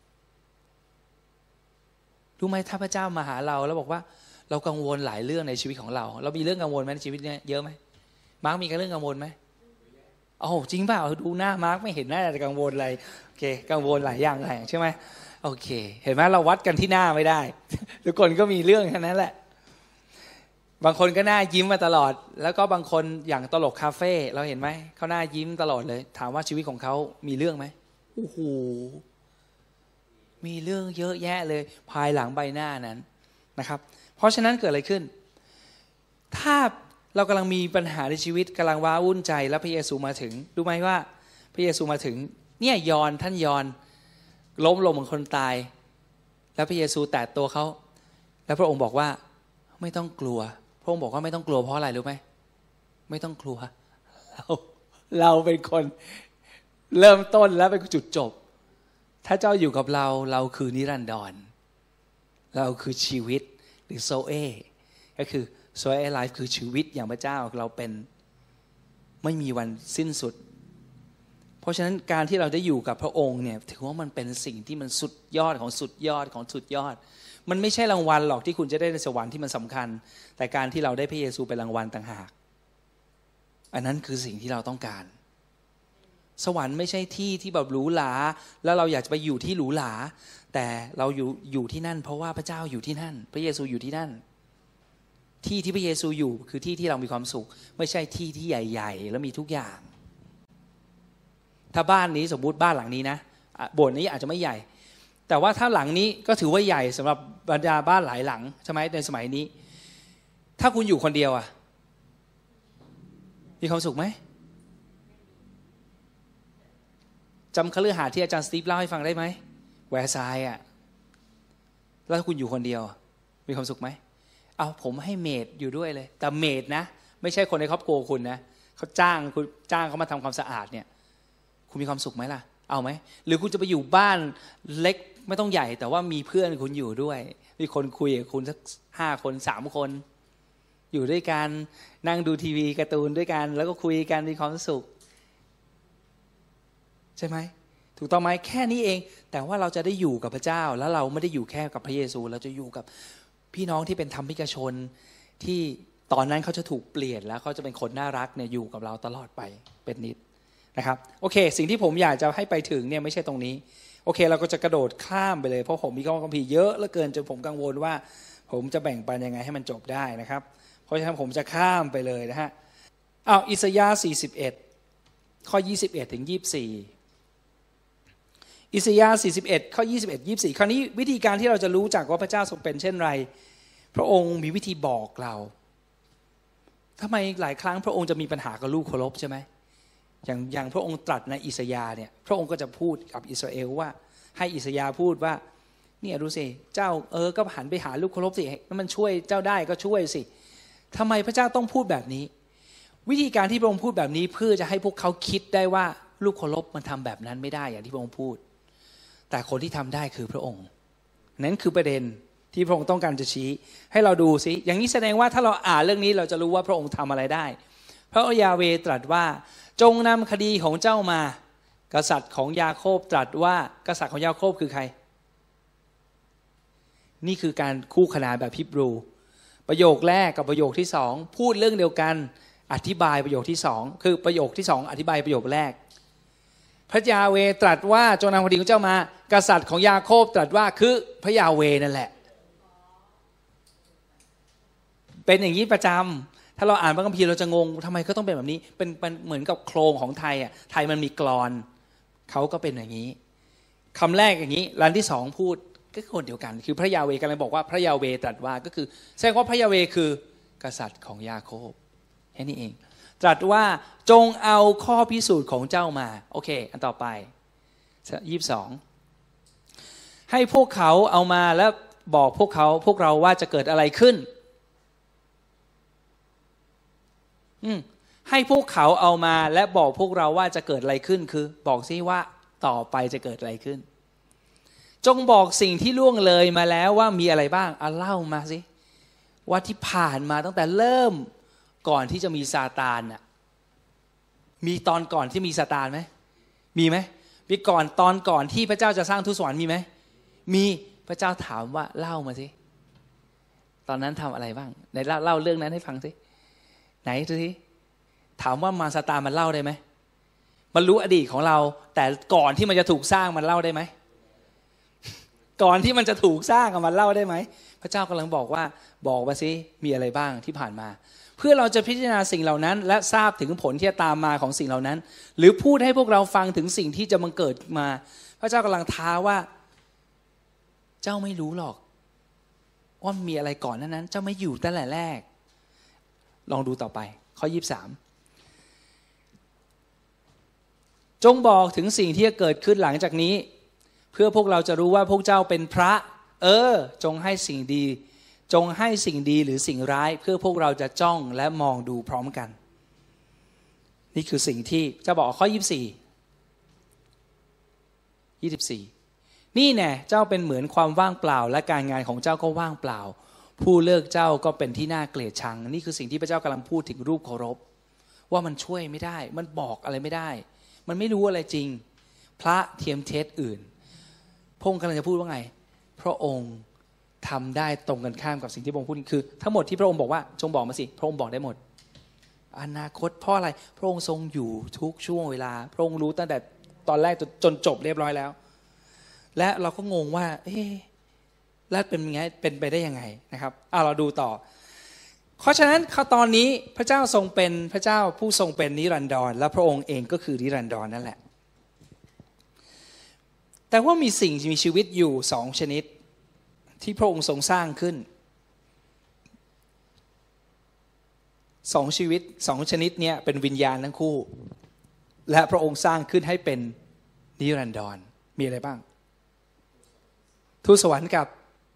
รู้ไหมถ้าพระเจ้ามาหาเราแล้วบอกว่าเรากังวลหลายเรื่องในชีวิตของเรามีเรื่องกังวลไหมในชีวิตเนี้ยเยอะไหมมาร์กมีเรื่องกังวลไหมโอ้จริงเปล่าดูหน้ามาร์กไม่เห็นน่าจะกังวลอะไรโอเคกังวลหลายอย่างใช่ไหมโอเคเห็นไหมเราวัดกันที่หน้าไม่ได้ทุกคนก็มีเรื่องแค่นั้นแหละบางคนก็หน้ายิ้มมาตลอดแล้วก็บางคนอย่างตลกคาเฟ่เราเห็นไหมเขาหน้ายิ้มตลอดเลยถามว่าชีวิตของเขามีเรื่องไหมโอ้โหมีเรื่องเยอะแยะเลยภายหลังใบหน้านั้นนะครับเพราะฉะนั้นเกิดอะไรขึ้นถ้าเรากำลังมีปัญหาในชีวิตกำลังว้าวุ่นใจแล้วพระเยซูมาถึงรู้ไหมว่าพระเยซูมาถึงเนี่ยท่านยอนล้มลงเหมือนคนตายแล้วพระเยซูแตะตัวเขาแล้วพระองค์บอกว่าไม่ต้องกลัวพระองค์บอกว่าไม่ต้องกลัวเพราะอะไรรู้ไหมไม่ต้องกลัวเราเป็นคนเริ่มต้นแล้วเป็นจุดจบถ้าเจ้าอยู่กับเราคือนิรันดรเราคือชีวิตหรือโซเอก็คือโซเอไลฟ์คือชีวิตอย่างพระเจ้าเราเป็นไม่มีวันสิ้นสุดเพราะฉะนั้นการที่เราได้อยู่กับพระองค์เนี่ยถือว่ามันเป็นสิ่งที่มันสุดยอดของสุดยอดของสุดยอดมันไม่ใช่รางวัลหรอกที่คุณจะได้ในสวรรค์ที่มันสำคัญแต่การที่เราได้พระเยซูเป็นรางวัลต่างหากอันนั้นคือสิ่งที่เราต้องการสวรรค์ไม่ใช่ที่ที่แบบหรูหราแล้วเราอยากจะไปอยู่ที่หรูหราแต่เราอยู่ที่นั่นเพราะว่าพระเจ้าอยู่ที่นั่นพระเยซูอยู่ที่นั่นที่ที่พระเยซูอยู่คือที่ที่เรามีความสุขไม่ใช่ที่ที่ใหญ่ๆแล้วมีทุกอย่างถ้าบ้านนี้สมมุติบ้านหลังนี้นะโบสถ์นี้อาจจะไม่ใหญ่แต่ว่าถ้าหลังนี้ก็ถือว่าใหญ่สำหรับบรรดาบ้านหลายหลังใช่ไหมในสมัยนี้ถ้าคุณอยู่คนเดียวอ่ะมีความสุขไหมจำคฤหาสน์ที่อาจารย์สตีฟเล่าให้ฟังได้ไหมแวร์ซายอ่ะแล้วถ้าคุณอยู่คนเดียวมีความสุขไหมเอาผมให้เมดอยู่ด้วยเลยแต่เมดนะไม่ใช่คนในครอบครัวคุณนะเขาจ้างเขามาทำความสะอาดเนี่ยคุณมีความสุขไหมล่ะเอาไหมหรือคุณจะไปอยู่บ้านเล็กไม่ต้องใหญ่แต่ว่ามีเพื่อนคุณอยู่ด้วยมีคนคุยกับคุณสัก5 คน3 คนอยู่ด้วยกันนั่งดูทีวีการ์ตูนด้วยกันแล้วก็คุยกันมีความสุขใช่ไหมถูกต้องไหมแค่นี้เองแต่ว่าเราจะได้อยู่กับพระเจ้าแล้วเราไม่ได้อยู่แค่กับพระเยซูเราจะอยู่กับพี่น้องที่เป็นธรรมิกชนที่ตอนนั้นเขาจะถูกเปลี่ยนแล้วเขาจะเป็นคนน่ารักเนี่ยอยู่กับเราตลอดไปเป็นนิดนะครับโอเคสิ่งที่ผมอยากจะให้ไปถึงเนี่ยไม่ใช่ตรงนี้โอเคเราก็จะกระโดดข้ามไปเลยเพราะผมมีข้อคัมภีร์เยอะเหลือเกินจนผมกังวลว่าผมจะแบ่งปันยังไงให้มันจบได้นะครับเพราะฉะนั้นผมจะข้ามไปเลยนะฮะอิสยาห์41ข้อ21ถึง24อิสยาห์41ข้อ21 24คราวนี้วิธีการที่เราจะรู้จักว่าพระเจ้าทรงเป็นเช่นไรพระองค์มีวิธีบอกเราทำไมหลายครั้งพระองค์จะมีปัญหากับลูกเคารพใช่ไหมอย่างพระองค์ตรัสในอิสยาห์เนี่ยพระองค์ก็จะพูดกับอิสราเอลว่าให้อิสยาห์พูดว่าเนี่ยดูสิเจ้าก็หันไปหาลูกเคารพสิแล้วมันช่วยเจ้าได้ก็ช่วยสิทำไมพระเจ้าต้องพูดแบบนี้วิธีการที่พระองค์พูดแบบนี้เพื่อจะให้พวกเขาคิดได้ว่าลูกเคารพมันทำแบบนั้นไม่ได้อย่างที่พระองค์พูดแต่คนที่ทำได้คือพระองค์นั้นคือประเด็นที่พระองค์ต้องการจะชี้ให้เราดูสิอย่างนี้แสดงว่าถ้าเราอ่านเรื่องนี้เราจะรู้ว่าพระองค์ทำอะไรได้พระยาเวห์ตรัสว่าจงนำคดีของเจ้ามากษัตริย์ของยาโคบตรัสว่ากษัตริย์ของยาโคบคือใครนี่คือการคู่ขนานแบบฮิบรูประโยคแรกกับประโยคที่สองพูดเรื่องเดียวกันอธิบายประโยคที่สองคือประโยคที่สองอธิบายประโยคแรกพระยาเวห์ตรัสว่าจงนำคดีของเจ้ามากษัตริย์ของยาโคบตรัสว่าคือพระยาเวห์นั่นแหละเป็นอย่างนี้ประจำถ้าเราอ่านพระคัมภีร์เราจะงงทำไมก็ต้องเป็นแบบนี้เป็นเหมือนกับโครงของไทยอ่ะไทยมันมีกลอนเขาก็เป็นอย่างนี้คำแรกอย่างนี้รันที่สองพูดก็คนเดียวกันคือพระยาเวห์กำลังบอกว่าพระยาเวห์ตรัสว่าก็คือแสดงว่าพระยาเวห์คือกษัตริย์ของยาโคบแค่นี้เองตรัสว่าจงเอาข้อพิสูจน์ของเจ้ามาโอเคอันต่อไป22ให้พวกเขาเอามาแล้วบอกพวกเราว่าจะเกิดอะไรขึ้นให้พวกเขาเอามาและบอกพวกเราว่าจะเกิดอะไรขึ้นคือบอกซิว่าต่อไปจะเกิดอะไรขึ้นจงบอกสิ่งที่ล่วงเลยมาแล้วว่ามีอะไรบ้างเล่ามาสิว่าที่ผ่านมาตั้งแต่เริ่มก่อนที่จะมีซาตานน่ะมีตอนก่อนที่มีซาตานไหมมีไหมมีตอนก่อนที่พระเจ้าจะสร้างทูตสวรรค์มีไหมมีพระเจ้าถามว่าเล่ามาสิตอนนั้นทำอะไรบ้างไหนเล่าเรื่องนั้นให้ฟังสิไหนดูสิถามว่ามาซาตานมันเล่าได้ไหมมันรู้อดีตของเราแต่ก่อนที่มันจะถูกสร้างมันเล่าได้ไหมก่อนที่มันจะถูกสร้างมันเล่าได้ไหมพระเจ้ากำลังบอกมาสิมีอะไรบ้างที่ผ่านมาเพื่อเราจะพิจารณาสิ่งเหล่านั้นและทราบถึงผลที่จะตามมาของสิ่งเหล่านั้นหรือพูดให้พวกเราฟังถึงสิ่งที่จะบังเกิดมาพระเจ้ากำลังท้าว่าเจ้าไม่รู้หรอกว่ามีอะไรก่อนนั้นเจ้าไม่อยู่ตั้งแต่แรกลองดูต่อไปข้อ23จงบอกถึงสิ่งที่จะเกิดขึ้นหลังจากนี้เพื่อพวกเราจะรู้ว่าพวกเจ้าเป็นพระจงให้สิ่งดีหรือสิ่งร้ายเพื่อพวกเราจะจ้องและมองดูพร้อมกันนี่คือสิ่งที่จะบอกข้อ24นี่แน่เจ้าเป็นเหมือนความว่างเปล่าและการงานของเจ้าก็ว่างเปล่าผู้เลิกเจ้าก็เป็นที่น่าเกลียดชังนี่คือสิ่งที่พระเจ้ากำลังพูดถึงรูปเคารพว่ามันช่วยไม่ได้มันบอกอะไรไม่ได้มันไม่รู้อะไรจริงพระเทียมเทศอื่นพระองค์กำลังจะพูดว่าไงพระองค์ทำได้ตรงกันข้ามกับสิ่งที่พระองค์พูดคือทั้งหมดที่พระองค์บอกว่าจงบอกมาสิพระองค์บอกได้หมดอนาคตเพราะอะไรพระองค์ทรงอยู่ทุกช่วงเวลาพระองค์รู้ตั้งแต่ตอนแรกจนจบเรียบร้อยแล้วและเราก็งงว่าแล้วเป็นยังไงเป็นไปได้ยังไงนะครับเราดูต่อเพราะฉะนั้นตอนนี้พระเจ้าทรงเป็นพระเจ้าผู้ทรงเป็นนิรันดรและพระองค์เองก็คือนิรันดรนั่นแหละแต่ว่ามีสิ่งมีชีวิตอยู่2ชนิดที่พระองค์ทรงสร้างขึ้น2ชีวิต2ชนิดเนี้ยเป็นวิญญาณทั้งคู่และพระองค์สร้างขึ้นให้เป็นนิรันดรมีอะไรบ้างทูตสวรรค์กับ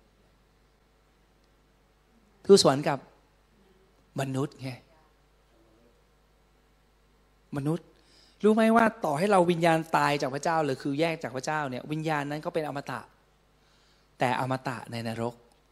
มนุษย์ไงมนุษย์รู้ไหมว่าต่อให้เราวิญญาณตายจากพระเจ้าหรือคือแยกจากพระเจ้าเนี่ยวิญญาณนั้นก็เป็นอมตะแต่อมตะในนรก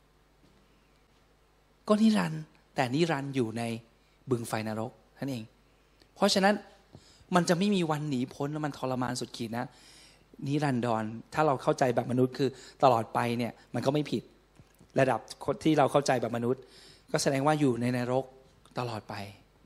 ก็นิรันดร์แต่นิรันดร์อยู่ในบึงไฟนรกนั่นเองเพราะฉะนั้นมันจะไม่มีวันหนีพ้นและมันทรมานสุดขีดนะนิรันดรถ้าเราเข้าใจแบบมนุษย์คือตลอดไปเนี่ยมันก็ไม่ผิดระดับที่เราเข้าใจแบบมนุษย์ก็แสดงว่าอยู่ในนรกตลอดไป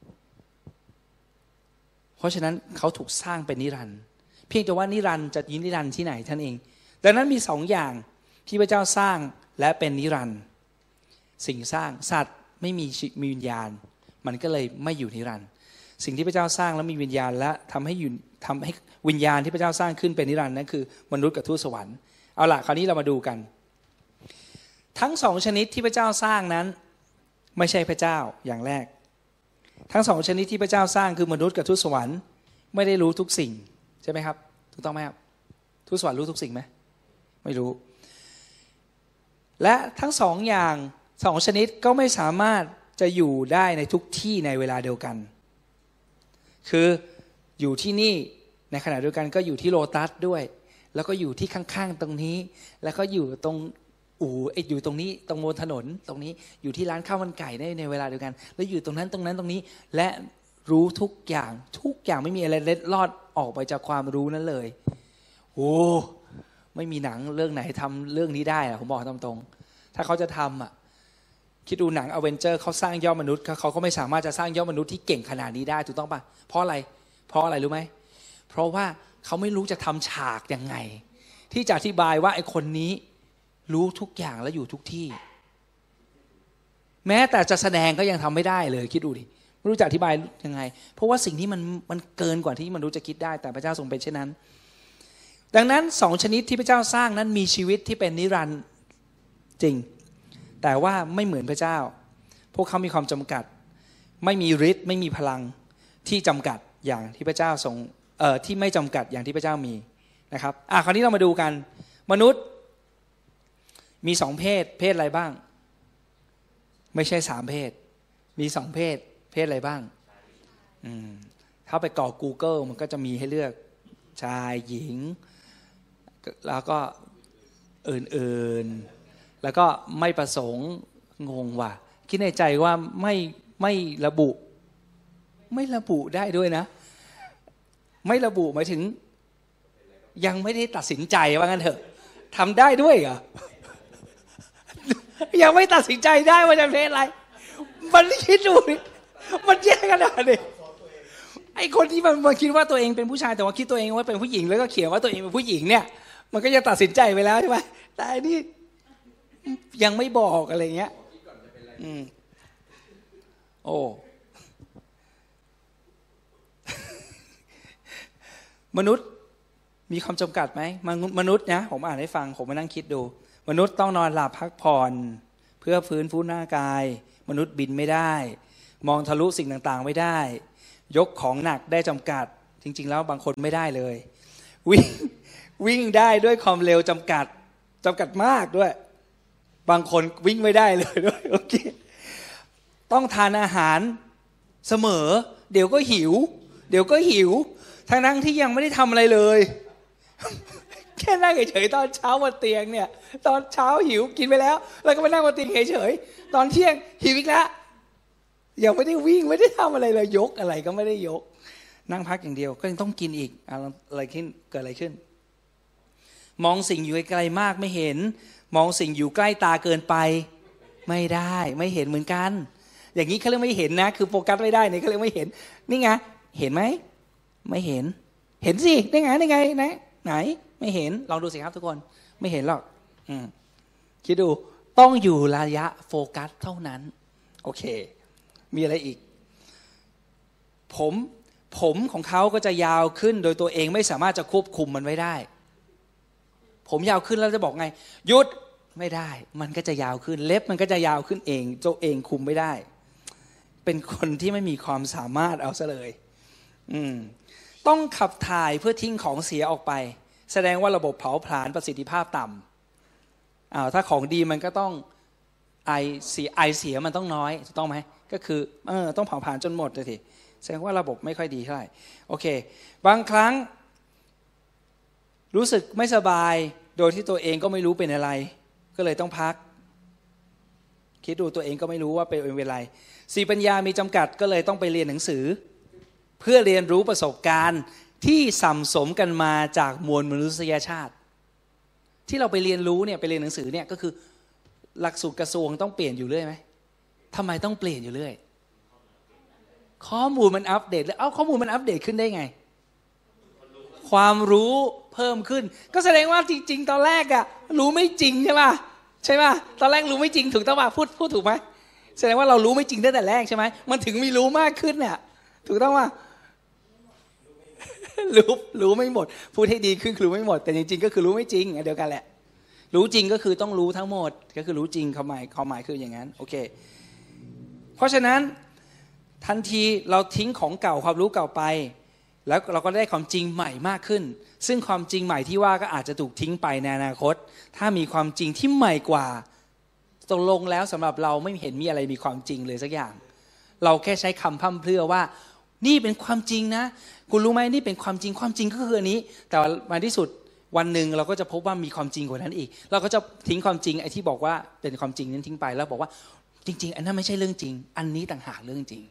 เพราะฉะนั้นเขาถูกสร้างเป็นนิรันดร์เพียงแต่ว่านิรันดร์จะนิรันดร์ที่ไหนท่านเองดังนั้นมี2อย่างที่พระเจ้าสร้างและเป็นนิรันดร์สิ่งสร้างสัตว์ไม่มีวิญญาณมันก็เลยไม่อยู่นิรันดร์สิ่งที่พระเจ้าสร้างแล้วมีวิญญาณและทำให้วิญญาณที่พระเจ้าสร้างขึ้นเป็นนิรันดร์นั่นคือมนุษย์กับทูตสวรรค์เอาล่ะคราวนี้เรามาดูกันทั้ง2ชนิดที่พระเจ้าสร้างนั้นไม่ใช่พระเจ้าอย่างแรกทั้ง2ชนิดที่พระเจ้าสร้างคือมนุษย์กับทูตสวรรค์ไม่ได้รู้ทุกสิ่งใช่ไหมครับถูกต้องไหมครับทูตสวรรค์รู้ทุกสิ่งไหมไม่รู้และทั้ง2อย่าง2ชนิดก็ไม่สามารถจะอยู่ได้ในทุกที่ในเวลาเดียวกันคืออยู่ที่นี่ในขณะเดียวกันก็อยู่ที่โลตัสด้วยแล้วก็อยู่ที่ข้างๆตรงนี้แล้วก็อยู่ตรงอยู่ตรงนี้ตรงบนถนนตรงนี้อยู่ที่ร้านข้าวมันไก่ในเวลาเดียวกันแล้วอยู่ตรงนั้นตรงนี้ และรู้ทุกอย่างไม่มีอะไรเล็ดลอดออกไปจากความรู้นั้นเลยไม่มีหนังเรื่องไหนทำเรื่องนี้ได้ผมบอกตามตรงถ้าเขาจะทำคิดดูหนังอเวนเจอร์เขาสร้างยอดมนุษย์เขาก็ไม่สามารถจะสร้างยอดมนุษย์ที่เก่งขนาดนี้ได้ถูกต้องป่ะเพราะอะไรรู้ไหมเพราะว่าเขาไม่รู้จะทำฉากยังไงที่จะอธิบายว่าไอ้คนนี้รู้ทุกอย่างและอยู่ทุกที่แม้แต่จะแสดงก็ยังทำไม่ได้เลยคิดดูดิไม่รู้จะอธิบายยังไงเพราะว่าสิ่งที่มันเกินกว่าที่มนุษย์จะคิดได้แต่พระเจ้าทรงเป็นเช่นนั้นดังนั้น2ชนิดที่พระเจ้าสร้างนั้นมีชีวิตที่เป็นนิรันดร์จริงแต่ว่าไม่เหมือนพระเจ้าพวกเขามีความจำกัดไม่มีฤทธิ์ไม่มีพลังที่จำกัดอย่างที่พระเจ้าทรงที่ไม่จำกัดอย่างที่พระเจ้ามีนะครับคราวนี้เรามาดูกันมนุษย์มี2เพศอะไรบ้างไม่ใช่3เพศมี2เพศอะไรบ้างถ้าไปกรอก Google มันก็จะมีให้เลือกชายหญิงแล้วก็อื่นๆแล้วก็ไม่ประสงค์งงว่ะคิดในใจว่าไม่ระบุได้ด้วยนะไม่ระบุหมายถึงยังไม่ได้ตัดสินใจว่างั้นเถอะทำได้ด้วยเหรอ ยังไม่ตัดสินใจได้ว่าจะเพศอะไรมันคิดดูมันแย่ขนาดนี้ไอ้คนที่มันคิดว่าตัวเองเป็นผู้ชายแต่ว่าคิดตัวเองว่าเป็นผู้หญิงแล้วก็เขียนว่าตัวเองเป็นผู้หญิงเนี่ยมันก็จะตัดสินใจไปแล้วใช่ไหมแต่อันนี้ยังไม่บอกอะไรเงี้ยมนุษย์มีความจำกัดไหมมนุษย์นะผมอ่านให้ฟังผมมานั่งคิดดูมนุษย์ต้องนอนหลับพักผ่อนเพื่อฟื้นฟูร่างกายมนุษย์บินไม่ได้มองทะลุสิ่งต่างๆไม่ได้ยกของหนักได้จำกัดจริงๆแล้วบางคนไม่ได้เลยวิ่งได้ด้วยความเร็วจำกัดมากด้วยบางคนวิ่งไม่ได้เลยด้วยโอเคต้องทานอาหารเสมอเดี๋ยวก็หิวทั้งที่ยังไม่ได้ทำอะไรเลยแค่นั่งเฉยๆตอนเช้าบนเตียงเนี่ยตอนเช้าหิวกินไปแล้วก็มานั่งบนเตียงเฉยๆตอนเที่ยงหิวอีกแล้วยังไม่ได้วิ่งไม่ได้ทำอะไรเลยยกอะไรก็ไม่ได้ยกนั่งพักอย่างเดียวก็ยังต้องกินอีกอะไรขึ้นเกิดอะไรขึ้นมองสิ่งอยู่ไกลๆมากไม่เห็นมองสิ่งอยู่ใกล้ตาเกินไปไม่ได้ไม่เห็นเหมือนกันอย่างนี้เขาเรียกไม่เห็นนะคือโฟกัสไม่ได้เนี่ยเขาเรียกไม่เห็นนี่ไงเห็นไหมไม่เห็นสิได้ไงนะไหนไม่เห็นลองดูสิครับทุกคนไม่เห็นหรอกคิดดูต้องอยู่ระยะโฟกัสเท่านั้นโอเคมีอะไรอีกผมของเขาก็จะยาวขึ้นโดยตัวเองไม่สามารถจะควบคุมมันไว้ได้ผมยาวขึ้นแล้วจะบอกไงหยุดไม่ได้มันก็จะยาวขึ้นเล็บมันก็จะยาวขึ้นเองตัวเองคุมไม่ได้เป็นคนที่ไม่มีความสามารถเอาซะเลยต้องขับถ่ายเพื่อทิ้งของเสียออกไปแสดงว่าระบบเผาผลาญประสิทธิภาพต่ำถ้าของดีมันก็ต้องไอเสียมันต้องน้อยถูกต้องไหมก็คือต้องเผาผลาญจนหมดเลยทีแสดงว่าระบบไม่ค่อยดีเท่าไหร่โอเคบางครั้งรู้สึกไม่สบายโดยที่ตัวเองก็ไม่รู้เป็นอะไรก็เลยต้องพักคิดดูตัวเองก็ไม่รู้ว่าเป็นอะไรสีปัญญามีจำกัดก็เลยต้องไปเรียนหนังสือเพื่อเรียนรู้ประสบการณ์ที่สั่งสมกันมาจากมวลมนุษยชาติที่เราไปเรียนรู้เนี่ยไปเรียนหนังสือเนี่ยก็คือหลักสูตรกระทรวงต้องเปลี่ยนอยู่เรื่อยไหมทำไมต้องเปลี่ยนอยู่เรื่อยข้อมูลมันอัปเดตแล้วข้อมูลมันอัปเดตขึ้นได้ไงความรู้เพิ่มขึ้นก็แสดงว่าจริงๆตอนแรกอะรู้ไม่จริงใช่ป่ะตอนแรกรู้ไม่จริงถูกต้องป่ะพูดถูกไหมแสดงว่าเรารู้ไม่จริงตั้งแต่แรกใช่ไหมมันถึงมีรู้มากขึ้นเนี่ยถูกต้องป่ะรู้ไม่หมดพูดให้ดีขึ้นคือรู้ไม่หมดแต่จริงๆก็คือรู้ไม่จริงเดียวกันแหละรู้จริงก็คือต้องรู้ทั้งหมดก็คือรู้จริงความหมายคืออย่างนั้นโอเคเพราะฉะนั้นทันทีเราทิ้งของเก่าความรู้เก่าไปแล้วเราก็ได้ความจริงใหม่มากขึ้นซึ่งความจริงใหม่ที่ว่าก็อาจจะถูกทิ้งไปในอนาคตถ้ามีความจริงที่ใหม่กว่าตกลงแล้วสำหรับเราไม่เห็นมีอะไรมีความจริงเลยสักอย่างเราแค่ใช้คำพร่ำเพรื่อว่านี่เป็นความจริงนะคุณรู้ไหมนี่เป็นความจริงก็คืออันนี้แต่มาที่สุดวันหนึ่งเราก็จะพบว่ามีความจริงกว่านั้นอีกเราก็จะทิ้งความจริงไอ้ที่บอกว่าเป็นความจริงนั้นทิ้งไปแล้วบอกว่าจริงๆอันนั้นไม่ใช่เรื่องจริงอันนี้ต่างหากเรื่องจริง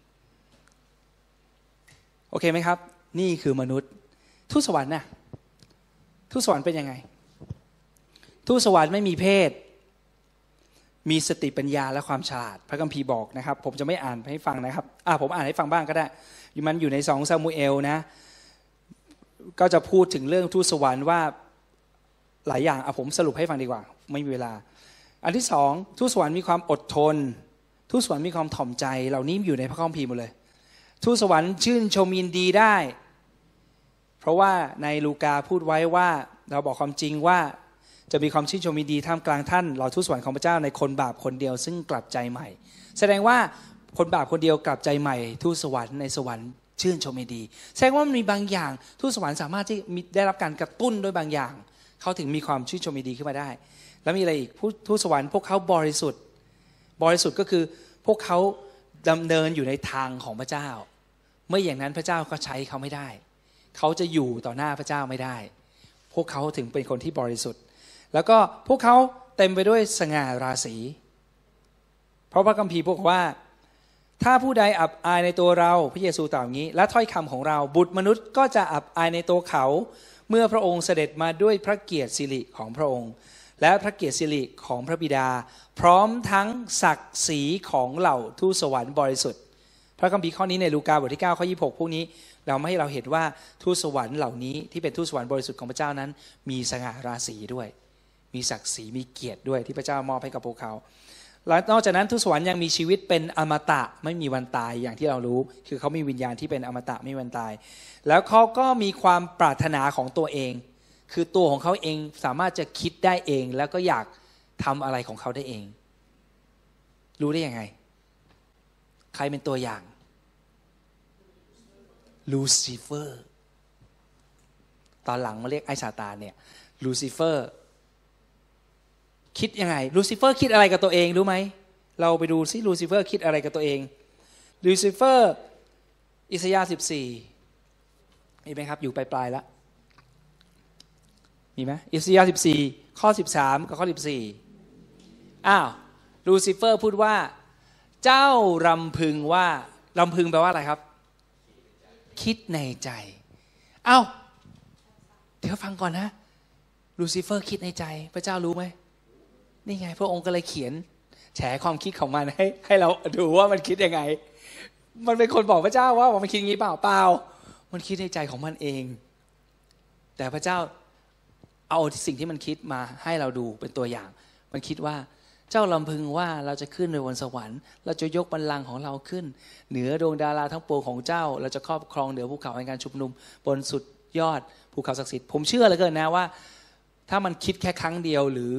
โอเคไหมครับนี่คือมนุษย์ทูตสวรรค์น่ะทูตสวรรค์เป็นยังไงทูตสวรรค์ไม่มีเพศมีสติปัญญาและความฉลาดพระคัมภีร์บอกนะครับผมจะไม่อ่านให้ฟังนะครับผมอ่านให้ฟังบ้างก็ได้มันอยู่ใน2ซามูเอลนะก็จะพูดถึงเรื่องทูตสวรรค์ว่าหลายอย่างผมสรุปให้ฟังดีกว่าไม่มีเวลาอันที่2ทูตสวรรค์มีความอดทนทูตสวรรค์มีความถ่อมใจเหล่านี้อยู่ในพระคัมภีร์หมดเลยทูตสวรรค์ชื่นชมยินดีได้เพราะว่าในลูกาพูดไว้ว่าเราบอกความจริงว่าจะมีความชื่นชมยินดีท่ามกลางท่านเหล่าทูตสวรรค์ของพระเจ้าในคนบาปคนเดียวซึ่งกลับใจใหม่แสดงว่าคนบาปคนเดียวกลับใจใหม่ทูตสวรรค์ในสวรรค์ชื่นชมยินดีแสดงว่ามันมีบางอย่างทูตสวรรค์สามารถที่ได้รับการกระตุ้นด้วยบางอย่างเขาถึงมีความชื่นชมยินดีขึ้นมาได้แล้วมีอะไรอีกทูตสวรรค์พวกเขาบริสุทธิ์ก็คือพวกเขาดำเนินอยู่ในทางของพระเจ้าไม่อย่างนั้นพระเจ้าก็ใช้เขาไม่ได้เขาจะอยู่ต่อหน้าพระเจ้าไม่ได้พวกเขาถึงเป็นคนที่บริสุทธิ์แล้วก็พวกเขาเต็มไปด้วยสง่าราศีเพราะพระคัมภีร์บอกว่าถ้าผู้ใดอับอายในตัวเราพระเยซูตรัสอย่างนี้และถ้อยคำของเราบุตรมนุษย์ก็จะอับอายในตัวเขาเมื่อพระองค์เสด็จมาด้วยพระเกียรติสิริของพระองค์และพระเกียรติสิริของพระบิดาพร้อมทั้งศักดิ์ศรีของเหล่าทูตสวรรค์บริสุทธิ์พระคัมภีร์ข้อนี้ในลูกาบทที่9ข้อ26พวกนี้เราไม่ให้เราเห็นว่าทูตสวรรค์เหล่านี้ที่เป็นทูตสวรรค์บริสุทธิ์ของพระเจ้านั้นมีสง่าราศีด้วยมีศักดิ์ศรีมีเกียรติด้วยที่พระเจ้ามอบให้กับพวกเขาและนอกจากนั้นทูตสวรรค์ยังมีชีวิตเป็นอมตะไม่มีวันตายอย่างที่เรารู้คือเขามีวิญญาณที่เป็นอมตะไม่มีวันตายแล้วเขาก็มีความปรารถนาของตัวเองคือตัวของเขาเองสามารถจะคิดได้เองแล้วก็อยากทำอะไรของเขาได้เองรู้ได้ยังไงใครเป็นตัวอย่างลูซิเฟอร์ตอนหลังมาเรียกไอ้ซาตานเนี่ยลูซิเฟอร์คิดยังไงลูซิเฟอร์คิดอะไรกับตัวเองรู้ไหมเราไปดูซิลูซิเฟอร์คิดอะไรกับตัวเองลูซิเฟอร์อิสยาห์14มีไหมครับอยู่ปลายๆแล้วมีไหมอิสยาห์14ข้อ13กับข้อ14ลูซิเฟอร์พูดว่าเจ้ารำพึงว่ารำพึงแปลว่าอะไรครับคิดในใจเดี๋ยวฟังก่อนนะลูซิเฟอร์คิดในใจพระเจ้ารู้ไหมนี่ไงพระองค์ก็เลยเขียนแฉความคิดของมันให้เราดูว่ามันคิดยังไงมันเป็นคนบอกพระเจ้าว่ามันคิดอย่างนี้เปล่ามันคิดในใจของมันเองแต่พระเจ้าเอาสิ่งที่มันคิดมาให้เราดูเป็นตัวอย่างมันคิดว่าเจ้าลำพึงว่าเราจะขึ้นไปบนสวรรค์เราจะยกบัลลังก์ของเราขึ้นเหนือดวงดาราทั้งปวงของเจ้าเราจะครอบครองเหนือภูเขาในการชุมนุมบนสุดยอดภูเขาศักดิ์สิทธิ์ผมเชื่อเหลือเกินนะว่าถ้ามันคิดแค่ครั้งเดียวหรือ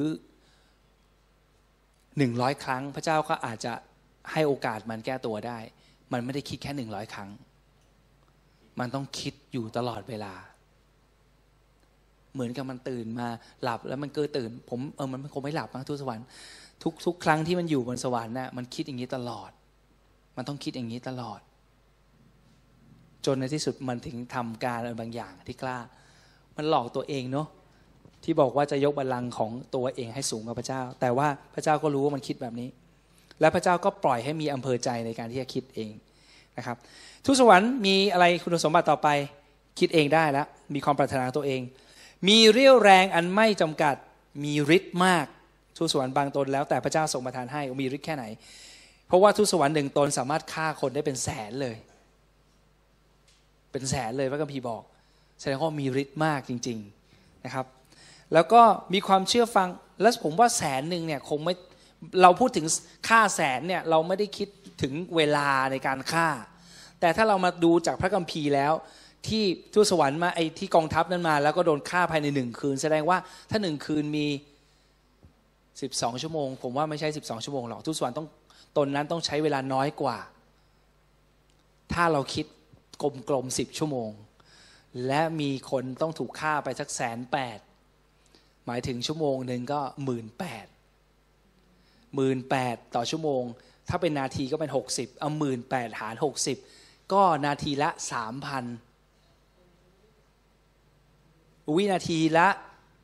100 ครั้งพระเจ้าก็อาจจะให้โอกาสมันแก้ตัวได้มันไม่ได้คิดแค่100 ครั้งมันต้องคิดอยู่ตลอดเวลาเหมือนกับมันตื่นมาหลับแล้วมันเกิดตื่นมันคงไม่หลับนะทูตสวรรค์ทุกครั้งที่มันอยู่บนสวรรค์น่ะมันคิดอย่างนี้ตลอดมันต้องคิดอย่างนี้ตลอดจนในที่สุดมันถึงทำการอะไรบางอย่างที่กล้ามันหลอกตัวเองเนาะที่บอกว่าจะยกบัลลังก์ของตัวเองให้สูงกว่าพระเจ้าแต่ว่าพระเจ้าก็รู้ว่ามันคิดแบบนี้และพระเจ้าก็ปล่อยให้มีอำเภอใจในการที่จะคิดเองนะครับทูตสวรรค์มีอะไรคุณสมบัติต่อไปคิดเองได้แล้วมีความปรารถนาตัวเองมีเรี่ยวแรงอันไม่จำกัดมีฤทธิ์มากทูตสวรรค์บางตนแล้วแต่พระเจ้าทรงประทานให้มีฤทธิ์แค่ไหนเพราะว่าทูตสวรรค์1 ตนสามารถฆ่าคนได้เป็นแสนเลยเป็นแสนเลยพระคัมภีร์บอกแสดงว่ามีฤทธิ์มากจริงๆนะครับแล้วก็มีความเชื่อฟังและผมว่า100,000เนี่ยคงไม่เราพูดถึงฆ่า100,000เนี่ยเราไม่ได้คิดถึงเวลาในการฆ่าแต่ถ้าเรามาดูจากพระคัมภีร์แล้วที่ทูตสวรรค์มาที่กองทัพนั้นมาแล้วก็โดนฆ่าภายใน1 คืนแสดงว่าถ้า1 คืนมี12 ชั่วโมงผมว่าไม่ใช่12 ชั่วโมงหรอกทูตสวรรค์ตนนั้นต้องใช้เวลาน้อยกว่าถ้าเราคิดกลมๆ10 ชั่วโมงและมีคนต้องถูกฆ่าไปสัก180,000หมายถึงชั่วโมงหนึ่งก็18,000ต่อชั่วโมงถ้าเป็นนาทีก็เป็น60เอา18,000หาร60ก็นาทีละ 3,000 วินาทีละ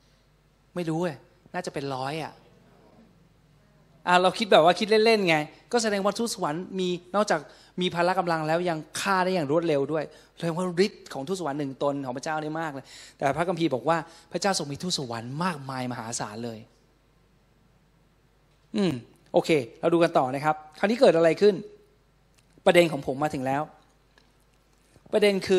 ไม่รู้เลยน่าจะเป็น100อ่ะเราคิดแบบว่าคิดเล่นๆไงก็แสดงว่าทูตสวรรค์มีนอกจากมีพละกำลังแล้วยังฆ่าได้อย่างรวดเร็วด้วยแสดงว่าฤทธิ์ของทูตสวรรค์1 ตนของพระเจ้านี่มากเลยแต่พระคัมภีร์บอกว่าพระเจ้าทรงมีทูตสวรรค์มากมายมหาศาลเลยโอเคเราดูกันต่อนะครับคราวนี้เกิดอะไรขึ้นประเด็นของผมมาถึงแล้วประเด็นคือ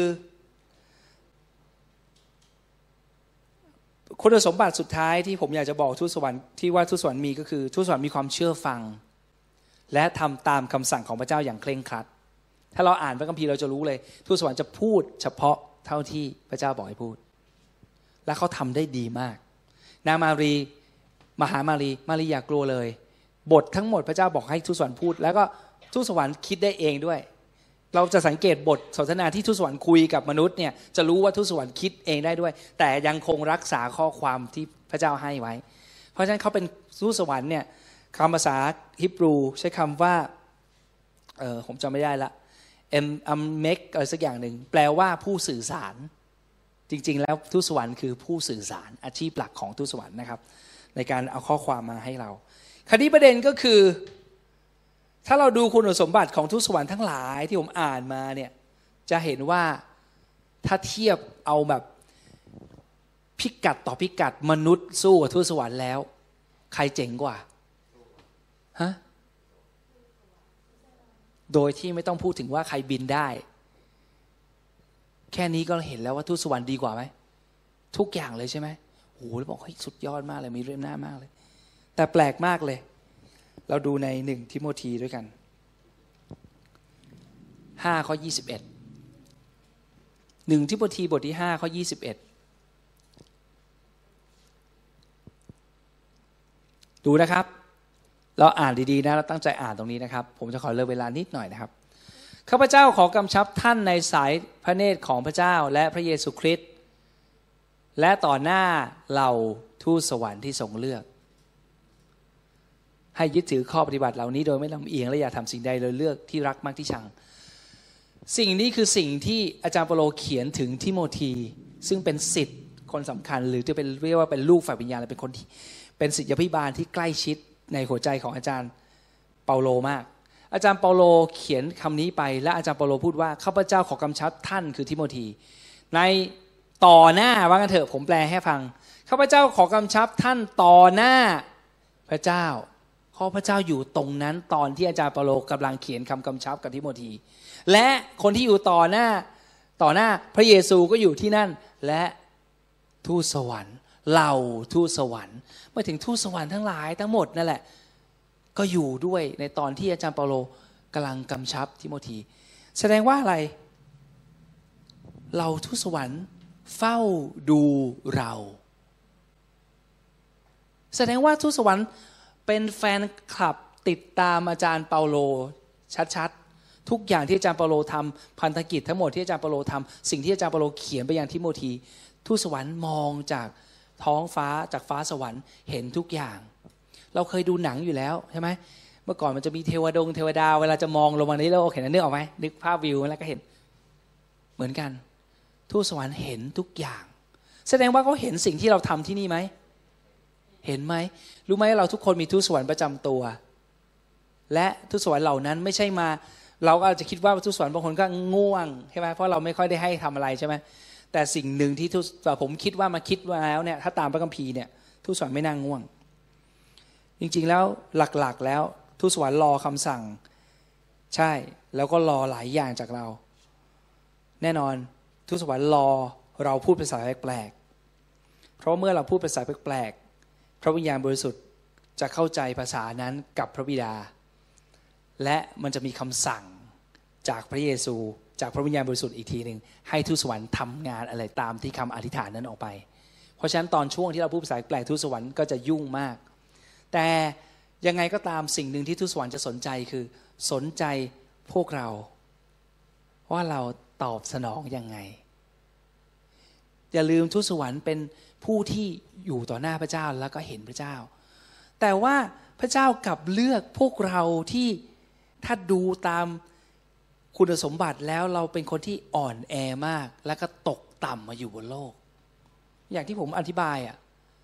คุณสมบัติสุดท้ายที่ผมอยากจะบอกทูตสวรรค์ที่ว่าทูตสวรรค์มีก็คือทูตสวรรค์มีความเชื่อฟังและทำตามคำสั่งของพระเจ้าอย่างเคร่งครัดถ้าเราอ่านพระคัมภีร์เราจะรู้เลยทูตสวรรค์จะพูดเฉพาะเท่าที่พระเจ้าบอกให้พูดและเขาทำได้ดีมากนางมารีมหามารีอย่ากลัวเลยบททั้งหมดพระเจ้าบอกให้ทูตสวรรค์พูดแล้วก็ทูตสวรรค์คิดได้เองด้วยเราจะสังเกตบทสนทนาที่ทูตสวรรค์คุยกับมนุษย์เนี่ยจะรู้ว่าทูตสวรรค์คิดเองได้ด้วยแต่ยังคงรักษาข้อความที่พระเจ้าให้ไว้เพราะฉะนั้นเขาเป็นทูตสวรรค์เนี่ยคำภาษาฮิบรูใช้คำว่าผมจำไม่ได้ละเมกอะไรสักอย่างหนึ่งแปลว่าผู้สื่อสารจริงๆแล้วทูตสวรรค์คือผู้สื่อสารอาชีพหลักของทูตสวรรค์นะครับในการเอาข้อความมาให้เราคราวนี้ประเด็นก็คือถ้าเราดูคุณสมบัติของทูตสวรรค์ทั้งหลายที่ผมอ่านมาเนี่ยจะเห็นว่าถ้าเทียบเอาแบบพิกัดต่อพิกัดมนุษย์สู้กับทูตสวรรค์แล้วใครเจ๋งกว่าฮะโดยที่ไม่ต้องพูดถึงว่าใครบินได้แค่นี้ก็เห็นแล้วว่าทูตสวรรค์ดีกว่าไหมทุกอย่างเลยใช่ไหมโอ้โหแล้วบอกเฮ้ยสุดยอดมากเลยมีเรื่องหน้ามากเลยแต่แปลกมากเลยเราดูใน1 ทิโมธีด้วยกัน5 ข้อ 21 1 ทิโมธีบทที่5 ข้อ 21ดูนะครับเราอ่านดีๆนะเราตั้งใจอ่านตรงนี้นะครับผมจะขอเลิกเวลานิดหน่อยนะครับข้าพเจ้าขอกำชับท่านในสายพระเนตรของพระเจ้าและพระเยซูคริสต์และต่อหน้าเหล่าทูตสวรรค์ที่ทรงเลือกให้ยึดถือข้อปฏิบัติเหล่านี้โดยไม่ลำเอียงและอย่าทำสิ่งใดโดยเลือกที่รักมากที่ชังสิ่งนี้คือสิ่งที่อาจารย์เปโลเขียนถึงทิโมธีซึ่งเป็นศิษย์คนสำคัญหรือจะเป็นเรียกว่าเป็นลูกฝ่ายวิญญาณและเป็นคนที่เป็นศิษยาภิบาลที่ใกล้ชิดในหัวใจของอาจารย์เปาโลมากอาจารย์เปาโลเขียนคำนี้ไปและอาจารย์เปาโลพูดว่าข้าพเจ้าขอกำชับท่านคือทิโมธีในต่อหน้าว่ากันเถอะผมแปลให้ฟังข้าพเจ้าขอกำชับท่านต่อหน้าพระเจ้าเพราะพระเจ้าอยู่ตรงนั้นตอนที่อาจารย์เปาโลกำลังเขียนคำกำชับกับทิโมธีและคนที่อยู่ต่อหน้าพระเยซูก็อยู่ที่นั่นและทูตสวรรค์เหล่าทูตสวรรค์เมื่อถึงทูตสวรรค์ทั้งหลายทั้งหมดนั่นแหละก็อยู่ด้วยในตอนที่อาจารย์เปาโลกำลังกำชับทิโมธีแสดงว่าอะไรเราทูตสวรรค์เฝ้าดูเราแสดงว่าทูตสวรรค์เป็นแฟนคลับติดตามอาจารย์เปาโลชัดๆทุกอย่างที่อาจารย์เปาโลทำพันธกิจทั้งหมดที่อาจารย์เปาโลทำสิ่งที่อาจารย์เปาโลเขียนไปยังทิโมธีทูตสวรรค์มองจากท้องฟ้าจากฟ้าสวรรค์เห็นทุกอย่างเราเคยดูหนังอยู่แล้วใช่ไหมเมื่อก่อนมันจะมีเทวดาเวลาจะมองลงมานี้เราเห็นนึกออกไหมนึกภาพวิวแล้วก็เห็นเหมือนกันทูตสวรรค์เห็นทุกอย่างแสดงว่าเขาเห็นสิ่งที่เราทำที่นี่ไหมเห็นไหมรู้ไหมเราทุกคนมีทูตสวรรค์ประจำตัวและทูตสวรรค์เหล่านั้นไม่ใช่มาเราก็อาจจะคิดว่าทูตสวรรค์บางคนก็ง่วงใช่ไหมเพราะเราไม่ค่อยได้ให้ทำอะไรใช่ไหมแต่สิ่งหนึ่งที่ผมคิดว่ามาคิดว่าแล้วเนี่ยถ้าตามพระคัมภีร์เนี่ยทูตสวรรค์ไม่นั่งง่วงจริงๆแล้วหลักๆแล้วทูตสวรรค์รอคำสั่งใช่แล้วก็รอหลายอย่างจากเราแน่นอนทูตสวรรค์รอเราพูดภาษาแปลกๆเพราะเมื่อเราพูดภาษาแปลกๆพระวิญญาณบริสุทธิ์จะเข้าใจภาษานั้นกับพระบิดาและมันจะมีคำสั่งจากพระเยซูจากพระวิญญาณบริสุทธิ์อีกทีหนึ่งให้ทูตสวรรค์ทำงานอะไรตามที่คำอธิษฐานนั้นออกไปเพราะฉะนั้นตอนช่วงที่เราพูดภาษาแปลกทูตสวรรค์ก็จะยุ่งมากแต่ยังไงก็ตามสิ่งหนึ่งที่ทูตสวรรค์จะสนใจคือสนใจพวกเราว่าเราตอบสนองยังไงอย่าลืมทูตสวรรค์เป็นผู้ที่อยู่ต่อหน้าพระเจ้าแล้วก็เห็นพระเจ้าแต่ว่าพระเจ้ากลับเลือกพวกเราที่ถ้าดูตามคุณสมบัติแล้วเราเป็นคนที่อ่อนแอมากแล้วก็ตกต่ำมาอยู่บนโลกอย่างที่ผมอธิบายอ่ะผ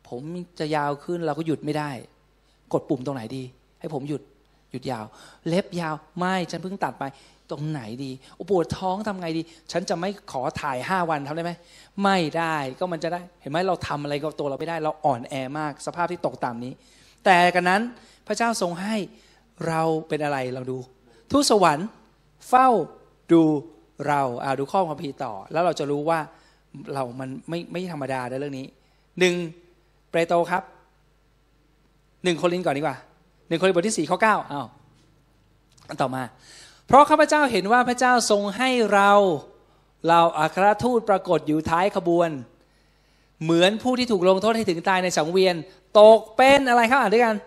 ผมจะยาวขึ้นเราก็หยุดไม่ได้กดปุ่มตรงไหนดีให้ผมหยุดยาวเล็บยาวไม่ฉันเพิ่งตัดไปตรงไหนดีปวดท้องทำไงดีฉันจะไม่ขอถ่าย5 วันทำได้ไหมไม่ได้ก็มันจะได้เห็นไหมเราทำอะไรกับตัวเราไม่ได้เราอ่อนแอมากสภาพที่ตกต่ำนี้แต่กันนั้นพระเจ้าทรงให้เราเป็นอะไรเราดูทูตสวรรค์เฝ้าดูเราดูข้อความพีต่อแล้วเราจะรู้ว่าเรามันไม่ธรรมดาในเรื่องนี้1เปโตรครับ1โครินธ์ก่อนดีกว่า1โครินธ์บทที่4ข้อ9อันต่อมาเพราะข้าพเจ้าเห็นว่าพระเจ้าทรงให้เราอัครทูตปรากฏอยู่ท้ายขบวนเหมือนผู้ที่ถูกลงโทษให้ถึงตายในสังเวียนตกเป็นอะไรครับอ่านด้วยกัน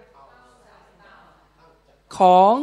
ของ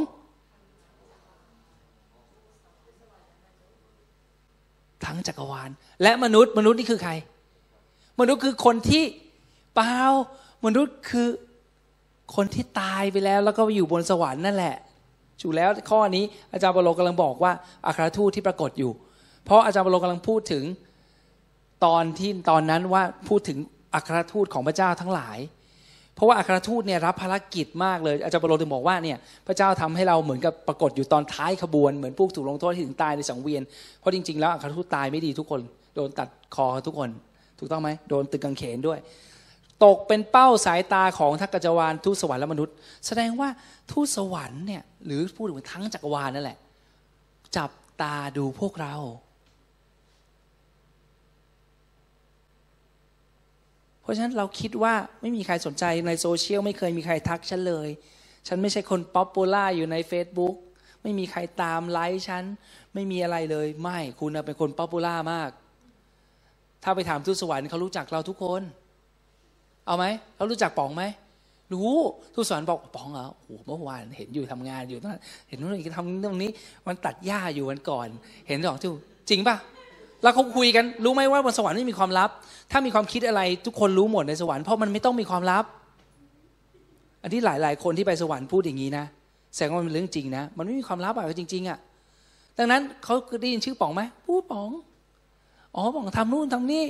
ทั้งจักรวาลและมนุษย์นี่คือใครมนุษย์คือคนที่เปล่ามนุษย์คือคนที่ตายไปแล้วก็ไปอยู่บนสวรรค์นั่นแหละอยู่แล้วข้อนี้อาจารย์เปาโลกำลังบอกว่าอัครทูตที่ปรากฏอยู่เพราะอาจารย์เปาโลกำลังพูดถึงตอนนั้นว่าพูดถึงอัครทูตของพระเจ้าทั้งหลายเพราะว่าอัครทูตเนี่ยรับภารกิจมากเลยอาจารย์เปาโลถึงบอกว่าเนี่ยพระเจ้าทำให้เราเหมือนกับปรากฏอยู่ตอนท้ายขบวนเหมือนผู้ถูกลงโทษถึงตายในสังเวียนเพราะจริงๆแล้วอัครทูตตายไม่ดีทุกคนโดนตัดคอทุกคนถูกต้องไหมโดนตึกกางเขนด้วยตกเป็นเป้าสายตาของทั้งจักรวาลทูตสวรรค์และมนุษย์แสดงว่าทูตสวรรค์เนี่ยหรือพูดถึงทั้งจักรวาลนั่นแหละจับตาดูพวกเราเพราะฉะนั้นเราคิดว่าไม่มีใครสนใจในโซเชียลไม่เคยมีใครทักฉันเลยฉันไม่ใช่คนป๊อปปูล่าอยู่ใน Facebook ไม่มีใครตามไลค์ฉันไม่มีอะไรเลยไม่คุณเป็นคนป๊อปปูล่ามากถ้าไปถามทูตสวรรค์เขารู้จักเราทุกคนเอาไหมเรารู้จักป๋องไหมรู้ทูตสวรรค์บอกป๋องเหรอโอ้โหเมื่อวานเห็นอยู่ทำงานอยู่นั่นเห็นนู่นนี่ทำตรงนี้มันตัดหญ้าอยู่วันก่อนเห็นสองที่จริงป่ะแล้วเขาคุยกันรู้ไหมว่าบนสวรรค์ไม่มีความลับถ้ามีความคิดอะไรทุกคนรู้หมดในสวรรค์เพราะมันไม่ต้องมีความลับอันที่หลายๆคนที่ไปสวรรค์พูดอย่างนี้นะแสดงว่ามันเป็นเรื่องจริงนะมันไม่มีความลับอะไรจริงๆดังนั้นเขาได้ยินชื่อป๋องไหมพูดป๋องป๋องทำนู่นทำนี่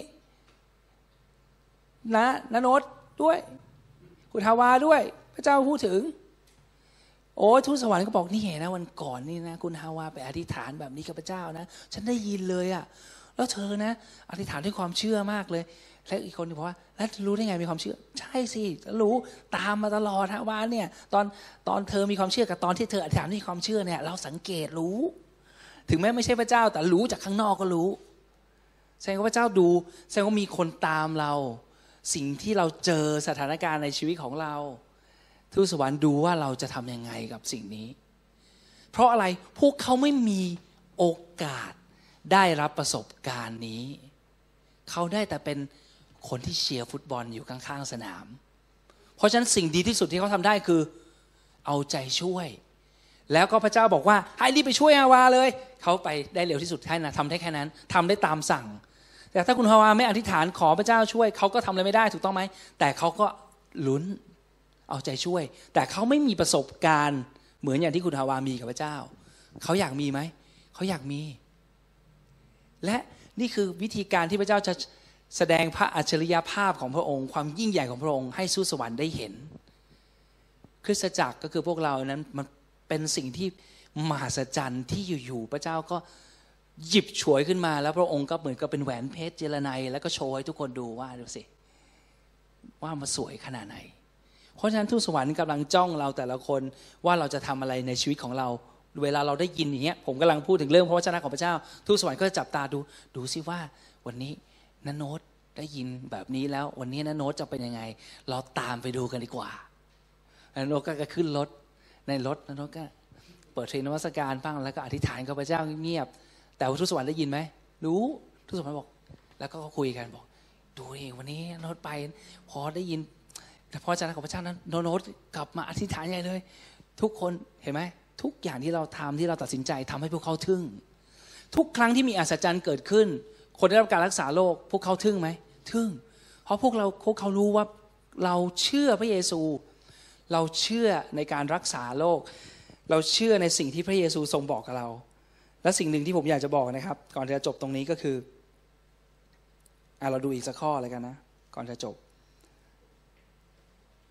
นะโน้ตด้วยคุณฮาวาด้วยพระเจ้าพูดถึงทูตสวรรค์ก็บอกนี่นะวันก่อนนี่นะคุณฮาวาไปอธิษฐานแบบนี้กับพระเจ้านะฉันได้ยินเลยแล้วเธอนะอธิษฐานด้วยความเชื่อมากเลยแล้วอีกคนบอกว่าแล้วรู้ได้ไงมีความเชื่อใช่สิรู้ตามมาตลอดฮะว่าเนี่ยตอนเธอมีความเชื่อกับตอนที่เธออธิษฐานด้วยความเชื่อเนี่ยเราสังเกตรู้ถึงแม้ไม่ใช่พระเจ้าแต่รู้จากข้างนอกก็รู้แสดงว่าพระเจ้าดูแสดงว่ามีคนตามเราสิ่งที่เราเจอสถานการณ์ในชีวิตของเราทูตสวรรค์ดูว่าเราจะทำยังไงกับสิ่งนี้เพราะอะไรพวกเขาไม่มีโอกาสได้รับประสบการณ์นี้เขาได้แต่เป็นคนที่เชียร์ฟุตบอลอยู่ข้างๆสนามเพราะฉะนั้นสิ่งดีที่สุดที่เขาทำได้คือเอาใจช่วยแล้วก็พระเจ้าบอกว่าให้รีบไปช่วยฮาวาเลยเขาไปได้เร็วที่สุดแค่นั้นทำได้แค่นั้นทำได้ตามสั่งแต่ถ้าคุณฮาวาไม่อธิษฐานขอพระเจ้าช่วยเขาก็ทำอะไรไม่ได้ถูกต้องไหมแต่เขาก็ลุ้นเอาใจช่วยแต่เขาไม่มีประสบการณ์เหมือนอย่างที่คุณฮาวามีกับพระเจ้าเขาอยากมีไหมเขาอยากมีและนี่คือวิธีการที่พระเจ้าจะแสดงพระอัจฉริยภาพของพระองค์ความยิ่งใหญ่ของพระองค์ให้ทูตสวรรค์ได้เห็นคริสตจักรก็คือพวกเรานั้นมันเป็นสิ่งที่มหัศจรรย์ที่อยู่ๆพระเจ้าก็หยิบฉวยขึ้นมาแล้วพระองค์ก็เหมือนกับเป็นแหวนเพชรเจรไนแล้วก็โชว์ให้ทุกคนดูว่าดูสิว่ามันสวยขนาดไหนเพราะฉะนั้นทูตสวรรค์กำลังจ้องเราแต่ละคนว่าเราจะทำอะไรในชีวิตของเราเวลาเราได้ยินอย่างเงี้ยผมกำลังพูดถึงเรื่องพระวจนะของพระเจ้าทูตสวรรค์ก็จะจับตาดูซิว่าวันนี้ณโน้ตได้ยินแบบนี้แล้ววันนี้ณโน้ตจะเป็นยังไงเราตามไปดูกันดีกว่าณโน้ตก็ขึ้นรถในรถณโน้ตก็เปิดเพลงนมัสการบ้างแล้วก็อธิษฐานกับพระเจ้าเงียบแต่ทูตสวรรค์ได้ยินไหมรู้ทูตสวรรค์บอกแล้วก็คุยกันบอกดูเองวันนี้โน้ตไปพอได้ยินพระวจนะของพระเจ้านั้นโน้ตกลับมาอธิษฐานใหญ่เลยทุกคนเห็นไหมทุกอย่างที่เราทำที่เราตัดสินใจทำให้พวกเขาทึ่งทุกครั้งที่มีอัศจรรย์เกิดขึ้นคนได้รับการรักษาโรคพวกเขาทึ่งไหมทึ่งเพราะพวกเขารู้ว่าเราเชื่อพระเยซูเราเชื่อในการรักษาโรคเราเชื่อในสิ่งที่พระเยซูทรงบอกกับเราและสิ่งหนึ่งที่ผมอยากจะบอกนะครับก่อนจะจบตรงนี้ก็คือเราดูอีกสักข้อเลยกันนะก่อนจะจบ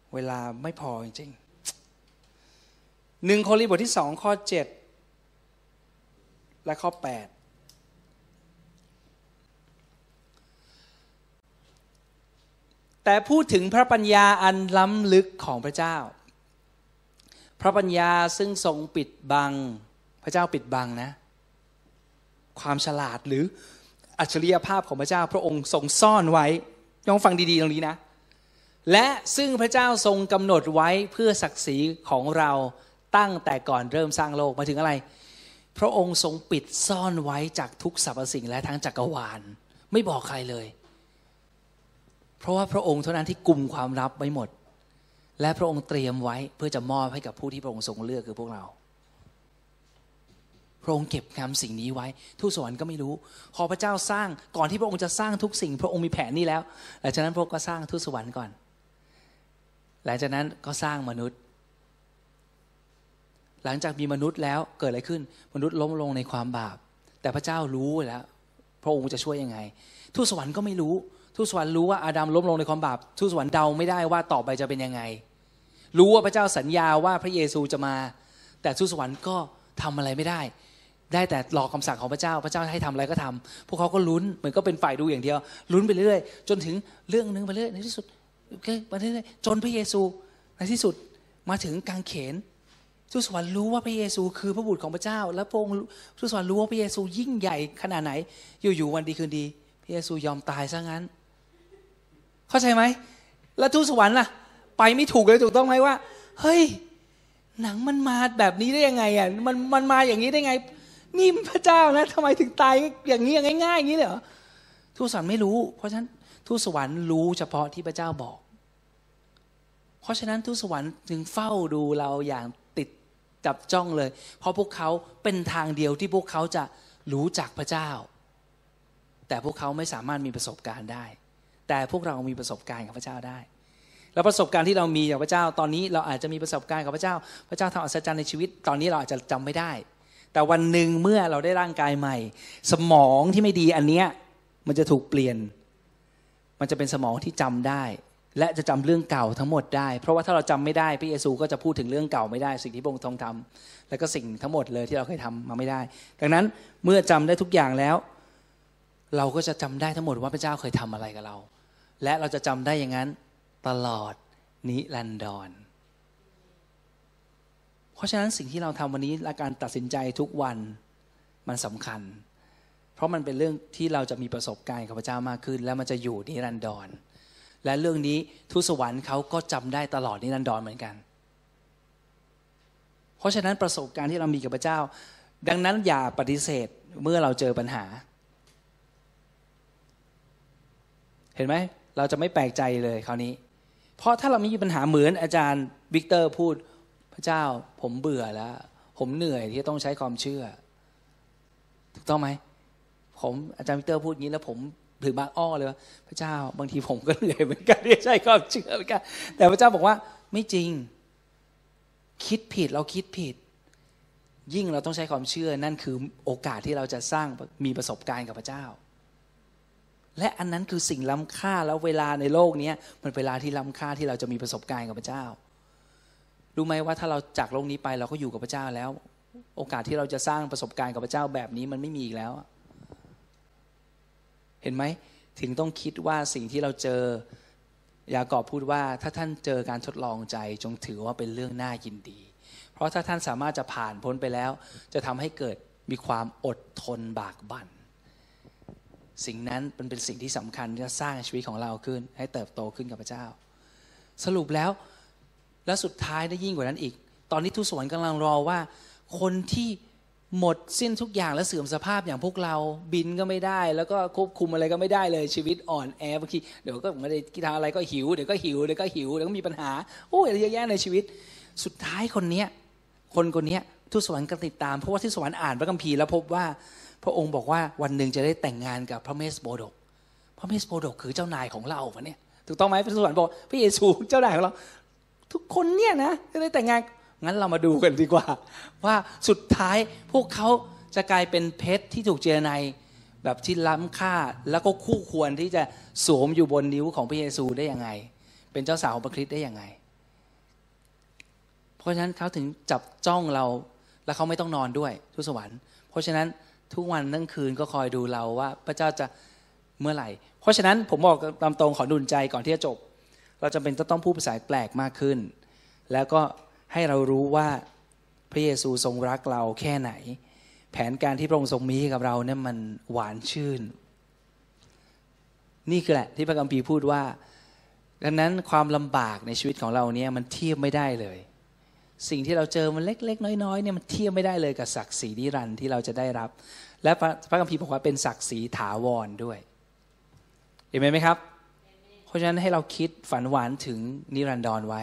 เวลาไม่พอจริงๆ1 โครินธ์บทที่2ข้อ7และข้อ8แต่พูดถึงพระปัญญาอันล้ำลึกของพระเจ้าพระปัญญาซึ่งทรงปิดบังพระเจ้าปิดบังนะความฉลาดหรืออัจฉริยภาพของพระเจ้าพระองค์ทรงซ่อนไว้ลองฟังดีๆตรงนี้นะและซึ่งพระเจ้าทรงกำหนดไว้เพื่อศักดิ์ศรีของเราตั้งแต่ก่อนเริ่มสร้างโลกมาถึงอะไรพระองค์ทรงปิดซ่อนไว้จากทุกสรรพสิ่งและทั้งจักรวาลไม่บอกใครเลยเพราะว่าพระองค์เท่านั้นที่กุมความลับไว้หมดและพระองค์เตรียมไว้เพื่อจะมอบให้กับผู้ที่พระองค์ทรงเลือกคือพวกเราพระองค์เก็บงำสิ่งนี้ไว้ทูตสวรรค์ก็ไม่รู้พอพระเจ้าสร้างก่อนที่พระองค์จะสร้างทุกสิ่งพระองค์มีแผนนี้แล้วหลังจากนั้นพระองค์ก็สร้างทูตสวรรค์ก่อนหลังจากนั้นก็สร้างมนุษย์หลังจากมีมนุษย์แล้วเกิดอะไรขึ้นมนุษย์ล้มลงในความบาปแต่พระเจ้ารู้แล้วพระองค์จะช่วยยังไงทูตสวรรค์ก็ไม่รู้ทูตสวรรค์รู้ว่าอาดัมล้มลงในความบาปทูตสวรรค์เดาไม่ได้ว่าต่อไปจะเป็นยังไงรู้ว่าพระเจ้าสัญญาว่าพระเยซูจะมาแต่ทูตสวรรค์ก็ทำอะไรไม่ได้แต่รอคำสั่งของพระเจ้าพระเจ้าให้ทำอะไรก็ทำพวกเขาก็ลุ้นเหมือนก็เป็นฝ่ายดูอย่างเดียวลุ้นไปเรื่อยจนถึงเรื่องนึงไปเรื่อยในที่สุดมาเรื่อยจนพระเยซูในที่สุดมาถึงกางเขนทูตสวรรค์รู้ว่าพระเยซูคือพระบุตรของพระเจ้าและพระองค์ทูตสวรรค์รู้ว่าพระเยซูยิ่งใหญ่ขนาดไหนอยู่ๆวันดีคืนดีพระเยซูยอมตายซะงั้นเข้าใจไหมแล้วทูตสวรรค์ล่ะไปไม่ถูกเลยถูกต้องไหมว่าเฮ้ยหนังมันมาแบบนี้ได้ยังไงอ่ะมันมาอย่างนี้ได้ไงนี่พระเจ้านะทำไมถึงตายอย่างนี้ง่ายๆอย่างนี้เลยเหรอทูตสวรรค์ไม่รู้เพราะฉะนั้นทูตสวรรค์รู้เฉพาะที่พระเจ้าบอกเพราะฉะนั้นทูตสวรรค์จึงเฝ้าดูเราอย่างติดจับจ้องเลยเพราะพวกเขาเป็นทางเดียวที่พวกเขาจะรู้จักพระเจ้าแต่พวกเขาไม่สามารถมีประสบการณ์ได้แต่พวกเรามีประสบการณ์กับพระเจ้าได้แล้วประสบการณ์ที่เรามีจากพระเจ้าตอนนี้เราอาจจะมีประสบการณ์กับพระเจ้าพระเจ้าทำอัศจรรย์ในชีวิตตอนนี้เราอาจจะจำไม่ได้แต่วันหนึ่งเมื่อเราได้ร่างกายใหม่สมองที่ไม่ดีอันเนี้ยมันจะถูกเปลี่ยนมันจะเป็นสมองที่จำได้และจะจำเรื่องเก่าทั้งหมดได้เพราะว่าถ้าเราจำไม่ได้พระเยซูก็จะพูดถึงเรื่องเก่าไม่ได้สิ่งที่พระองค์ทรงทำแล้วก็สิ่งทั้งหมดเลยที่เราเคยทำมาไม่ได้ดังนั้นเมื่อจำได้ทุกอย่างแล้วเราก็จะจำได้ทั้งหมดว่าพระเจ้าเคยทำอะไรกับเราและเราจะจำได้อย่างนั้นตลอดนิรันดรเพราะฉะนั้นสิ่งที่เราทำวันนี้และการตัดสินใจทุกวันมันสำคัญเพราะมันเป็นเรื่องที่เราจะมีประสบการณ์กับพระเจ้ามากขึ้นและมันจะอยู่นิรันดรและเรื่องนี้ทูตสวรรค์เขาก็จำได้ตลอดนิรันดรเหมือนกันเพราะฉะนั้นประสบการณ์ที่เรามีกับพระเจ้าดังนั้นอย่าปฏิเสธเมื่อเราเจอปัญหาเห็นไหมเราจะไม่แปลกใจเลยคราวนี้เพราะถ้าเราไม่มีปัญหาเหมือนอาจารย์วิกเตอร์พูดพระเจ้าผมเบื่อแล้วผมเหนื่อยที่ต้องใช้ความเชื่อถูกต้องไหมอาจารย์วิกเตอร์พูดอย่างนี้แล้วผมถึงบางอ้อเลยว่าพระเจ้าบางทีผมก็เหนื่อยเหมือนกันที่ใช้ความเชื่อเหมือนกันแต่พระเจ้าบอกว่าไม่จริงคิดผิดเราคิดผิดยิ่งเราต้องใช้ความเชื่อนั่นคือโอกาสที่เราจะสร้างมีประสบการณ์กับพระเจ้าและอันนั้นคือสิ่งล้ำค่าแล้วเวลาในโลกนี้มันเวลาที่ล้ำค่าที่เราจะมีประสบการณ์กับพระเจ้ารู้ไหมว่าถ้าเราจากโลกนี้ไปเราก็อยู่กับพระเจ้าแล้วโอกาสที่เราจะสร้างประสบการณ์กับพระเจ้าแบบนี้มันไม่มีอีกแล้วเห็นไหมถึงต้องคิดว่าสิ่งที่เราเจอยากอบพูดว่าถ้าท่านเจอการทดลองใจจงถือว่าเป็นเรื่องน่ายินดีเพราะถ้าท่านสามารถจะผ่านพ้นไปแล้วจะทำให้เกิดมีความอดทนบากบั่นสิ่งนั้นมันเป็นสิ่งที่สำคัญที่จะสร้างชีวิตของเราขึ้นให้เติบโตขึ้นกับพระเจ้าสรุปแล้วและสุดท้ายได้ยิ่งกว่านั้นอีกตอนนี้ทูตสวรรค์กำลังรอว่าคนที่หมดสิ้นทุกอย่างและเสื่อมสภาพอย่างพวกเราบินก็ไม่ได้แล้วก็ควบคุมอะไรก็ไม่ได้เลยชีวิตอ่อนแอบางทีเดี๋ยวก็ไม่ได้กินอะไรก็หิวเดี๋ยวก็หิวเดี๋ยวก็หิวเดี๋ยวก็มีปัญหาโอ้ยเยอะแยะในชีวิตสุดท้ายคนนี้ทูตสวรรค์ก็ติดตามเพราะว่าทูตสวรรค์อ่านพระคัมภีร์แล้วพบว่าพระองค์บอกว่าวันหนึ่งจะได้แต่งงานกับพระเมสโบดกพระเมสโบดกคือเจ้านายของเราวะเนี่ยถูกต้องไหมพระทูตสวรรค์บอกพระเยซูเจ้านายของเราทุกคนเนี่ยนะจะได้แต่งงานงั้นเรามาดูกันดีกว่าว่าสุดท้ายพวกเขาจะกลายเป็นเพชรที่ถูกเจรไนแบบที่ล้ำค่าแล้วก็คู่ควรที่จะสวมอยู่บนนิ้วของพระเยซูได้ยังไงเป็นเจ้าสาวของพระคริสต์ได้ยังไงเพราะฉะนั้นเขาถึงจับจ้องเราและเขาไม่ต้องนอนด้วยทูตสวรรค์เพราะฉะนั้นทุกวันทั้งคืนก็คอยดูเราว่าพระเจ้าจะเมื่อไหร่เพราะฉะนั้นผมบอกตามตรงขอหนุนใจก่อนที่จะจบเราจำเป็นต้องพูดภาษาแปลกมากขึ้นแล้วก็ให้เรารู้ว่าพระเยซูทรงรักเราแค่ไหนแผนการที่พระองค์ทรงมีให้กับเราเนี่ยมันหวานชื่นนี่คือแหละที่พระคัมภีร์พูดว่าดังนั้นความลำบากในชีวิตของเราเนี่ยมันเทียบไม่ได้เลยสิ่งที่เราเจอมันเล็กๆน้อยๆเนี่ยมันเทียบไม่ได้เลยกับศักดิ์ศรีนิรันดร์ที่เราจะได้รับและพระคัมภีร์บอกว่าเป็นศักดิ์ศรีถาวรด้วยเห็นไหมครับเพราะฉะนั้นให้เราคิดฝันหวานถึงนิรันดรไว้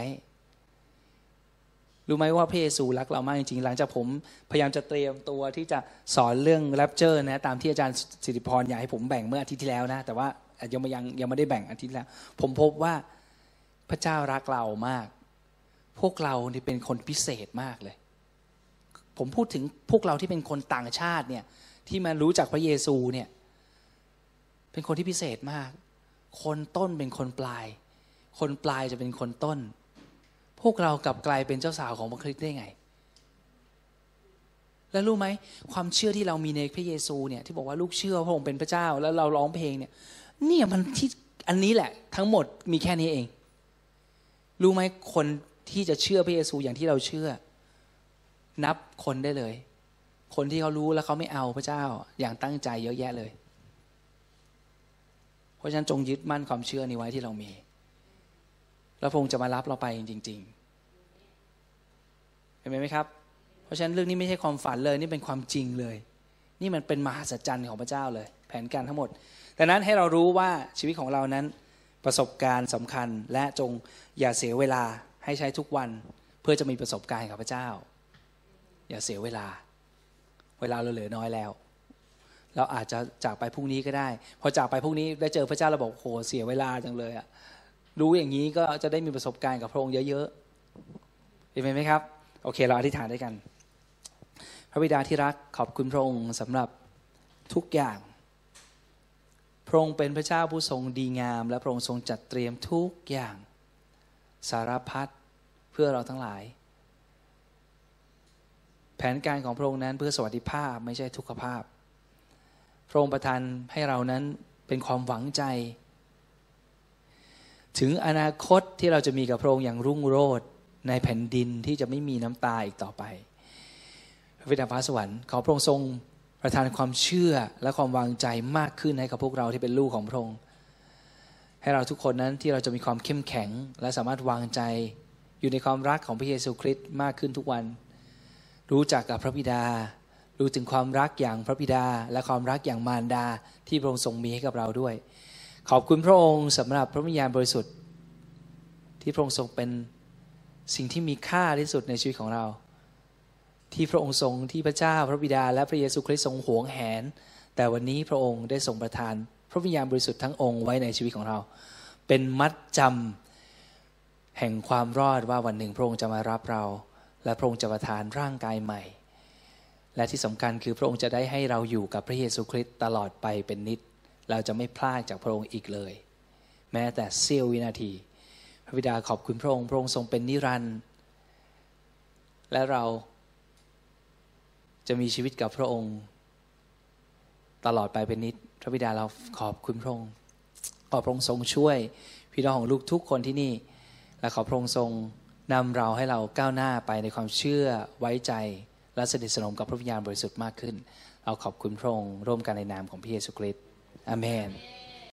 รู้ไหมว่าพระเยซูรักเรามากจริงๆหลังจากผมพยายามจะเตรียมตัวที่จะสอนเรื่องแรปเจอร์นะตามที่อาจารย์สิริพรอยากให้ผมแบ่งเมื่ออาทิตย์ที่แล้วนะแต่ว่ายังไม่ได้แบ่งอาทิตย์แล้วผมพบว่าพระเจ้ารักเรามากพวกเรานี่เป็นคนพิเศษมากเลยผมพูดถึงพวกเราที่เป็นคนต่างชาติเนี่ยที่มารู้จักพระเยซูเนี่ยเป็นคนที่พิเศษมากคนต้นเป็นคนปลายคนปลายจะเป็นคนต้นพวกเรากลับกลายเป็นเจ้าสาวของพระคริสต์ได้ไงแล้วรู้ไหมความเชื่อที่เรามีในพระเยซูเนี่ยที่บอกว่าลูกเชื่อพระองค์เป็นพระเจ้าแล้วเราร้องเพลงเนี่ยมันที่อันนี้แหละทั้งหมดมีแค่นี้เองรู้ไหมคนที่จะเชื่อพระเยซูอย่างที่เราเชื่อนับคนได้เลยคนที่เขารู้แล้วเขาไม่เอาพระเจ้าอย่างตั้งใจเยอะแยะเลยเพราะฉะนั้นจงยึดมั่นความเชื่อนี้ไว้ที่เรามีแล้วพระองค์จะมารับเราไปจริงๆเห็นไหมครับเพราะฉะนั้นเรื่องนี้ไม่ใช่ความฝันเลยนี่เป็นความจริงเลยนี่มันเป็นมหัศจรรย์ของพระเจ้าเลยแผนการทั้งหมดดังนั้นให้เรารู้ว่าชีวิตของเรานั้นประสบการณ์สำคัญและจงอย่าเสียเวลาให้ใช้ทุกวันเพื่อจะมีประสบการณ์กับพระเจ้าอย่าเสียเวลาเราเหลือน้อยแล้วเราอาจจะจากไปพรุ่งนี้ก็ได้พอจากไปพรุ่งนี้ได้เจอพระเจ้าเราบอกโหเสียเวลาจังเลยอะรู้อย่างนี้ก็จะได้มีประสบการณ์กับพระองค์เยอะๆเห็นไหมครับโอเคเราอธิษฐานด้วยกันพระบิดาที่รักขอบคุณพระองค์สำหรับทุกอย่างพระองค์เป็นพระเจ้าผู้ทรงดีงามและพระองค์ทรงจัดเตรียมทุกอย่างสารพัดเพื่อเราทั้งหลายแผนการของพระองค์นั้นเพื่อสวัสดิภาพไม่ใช่ทุกขภาพพระองค์ประทานให้เรานั้นเป็นความหวังใจถึงอนาคตที่เราจะมีกับพระองค์อย่างรุ่งโรจน์ในแผ่นดินที่จะไม่มีน้ำตาอีกต่อไปพระบิดาฟ้าสวรรค์ขอพระองค์ทรงประทานความเชื่อและความวางใจมากขึ้นให้กับพวกเราที่เป็นลูกของพระองค์ให้เราทุกคนนั้นที่เราจะมีความเข้มแข็งและสามารถวางใจอยู่ในความรักของพระเยซูคริสต์มากขึ้นทุกวันรู้จักกับพระบิดารู้ถึงความรักอย่างพระบิดาและความรักอย่างมารดาที่พระองค์ทรงมีให้กับเราด้วยขอบคุณพระองค์สำหรับพระวิญญาณบริสุทธิ์ที่พระองค์ทรงเป็นสิ่งที่มีค่าที่สุดในชีวิตของเราที่พระองค์ทรงที่พระเจ้าพระบิดาและพระเยซูคริสต์ทรงหวงแหนแต่วันนี้พระองค์ได้ทรงประทานพระวิญญาณบริสุทธิ์ทั้งองค์ไว้ในชีวิตของเราเป็นมัดจำแห่งความรอดว่าวันหนึ่งพระองค์จะมารับเราและพระองค์จะประทานร่างกายใหม่และที่สำคัญคือพระองค์จะได้ให้เราอยู่กับพระเยซูคริสต์ตลอดไปเป็นนิจเราจะไม่พลาดจากพระองค์อีกเลยแม้แต่เสี้ยววินาทีพระบิดาขอบคุณพระองค์พระองค์ทรงเป็นนิรันดร์และเราจะมีชีวิตกับพระองค์ตลอดไปเป็นนิจพระบิดาเราขอบคุณพระองค์ขอพระองค์ทรงช่วยพี่น้องของลูกทุกคนที่นี่และขอพระองค์ทรงนำเราให้เราก้าวหน้าไปในความเชื่อไว้ใจและสนิทสนมกับพระวิญญาณบริสุทธิ์มากขึ้นเราขอบคุณพระองค์ร่วมกันในนามของพระเยซูคริสต์อาเมน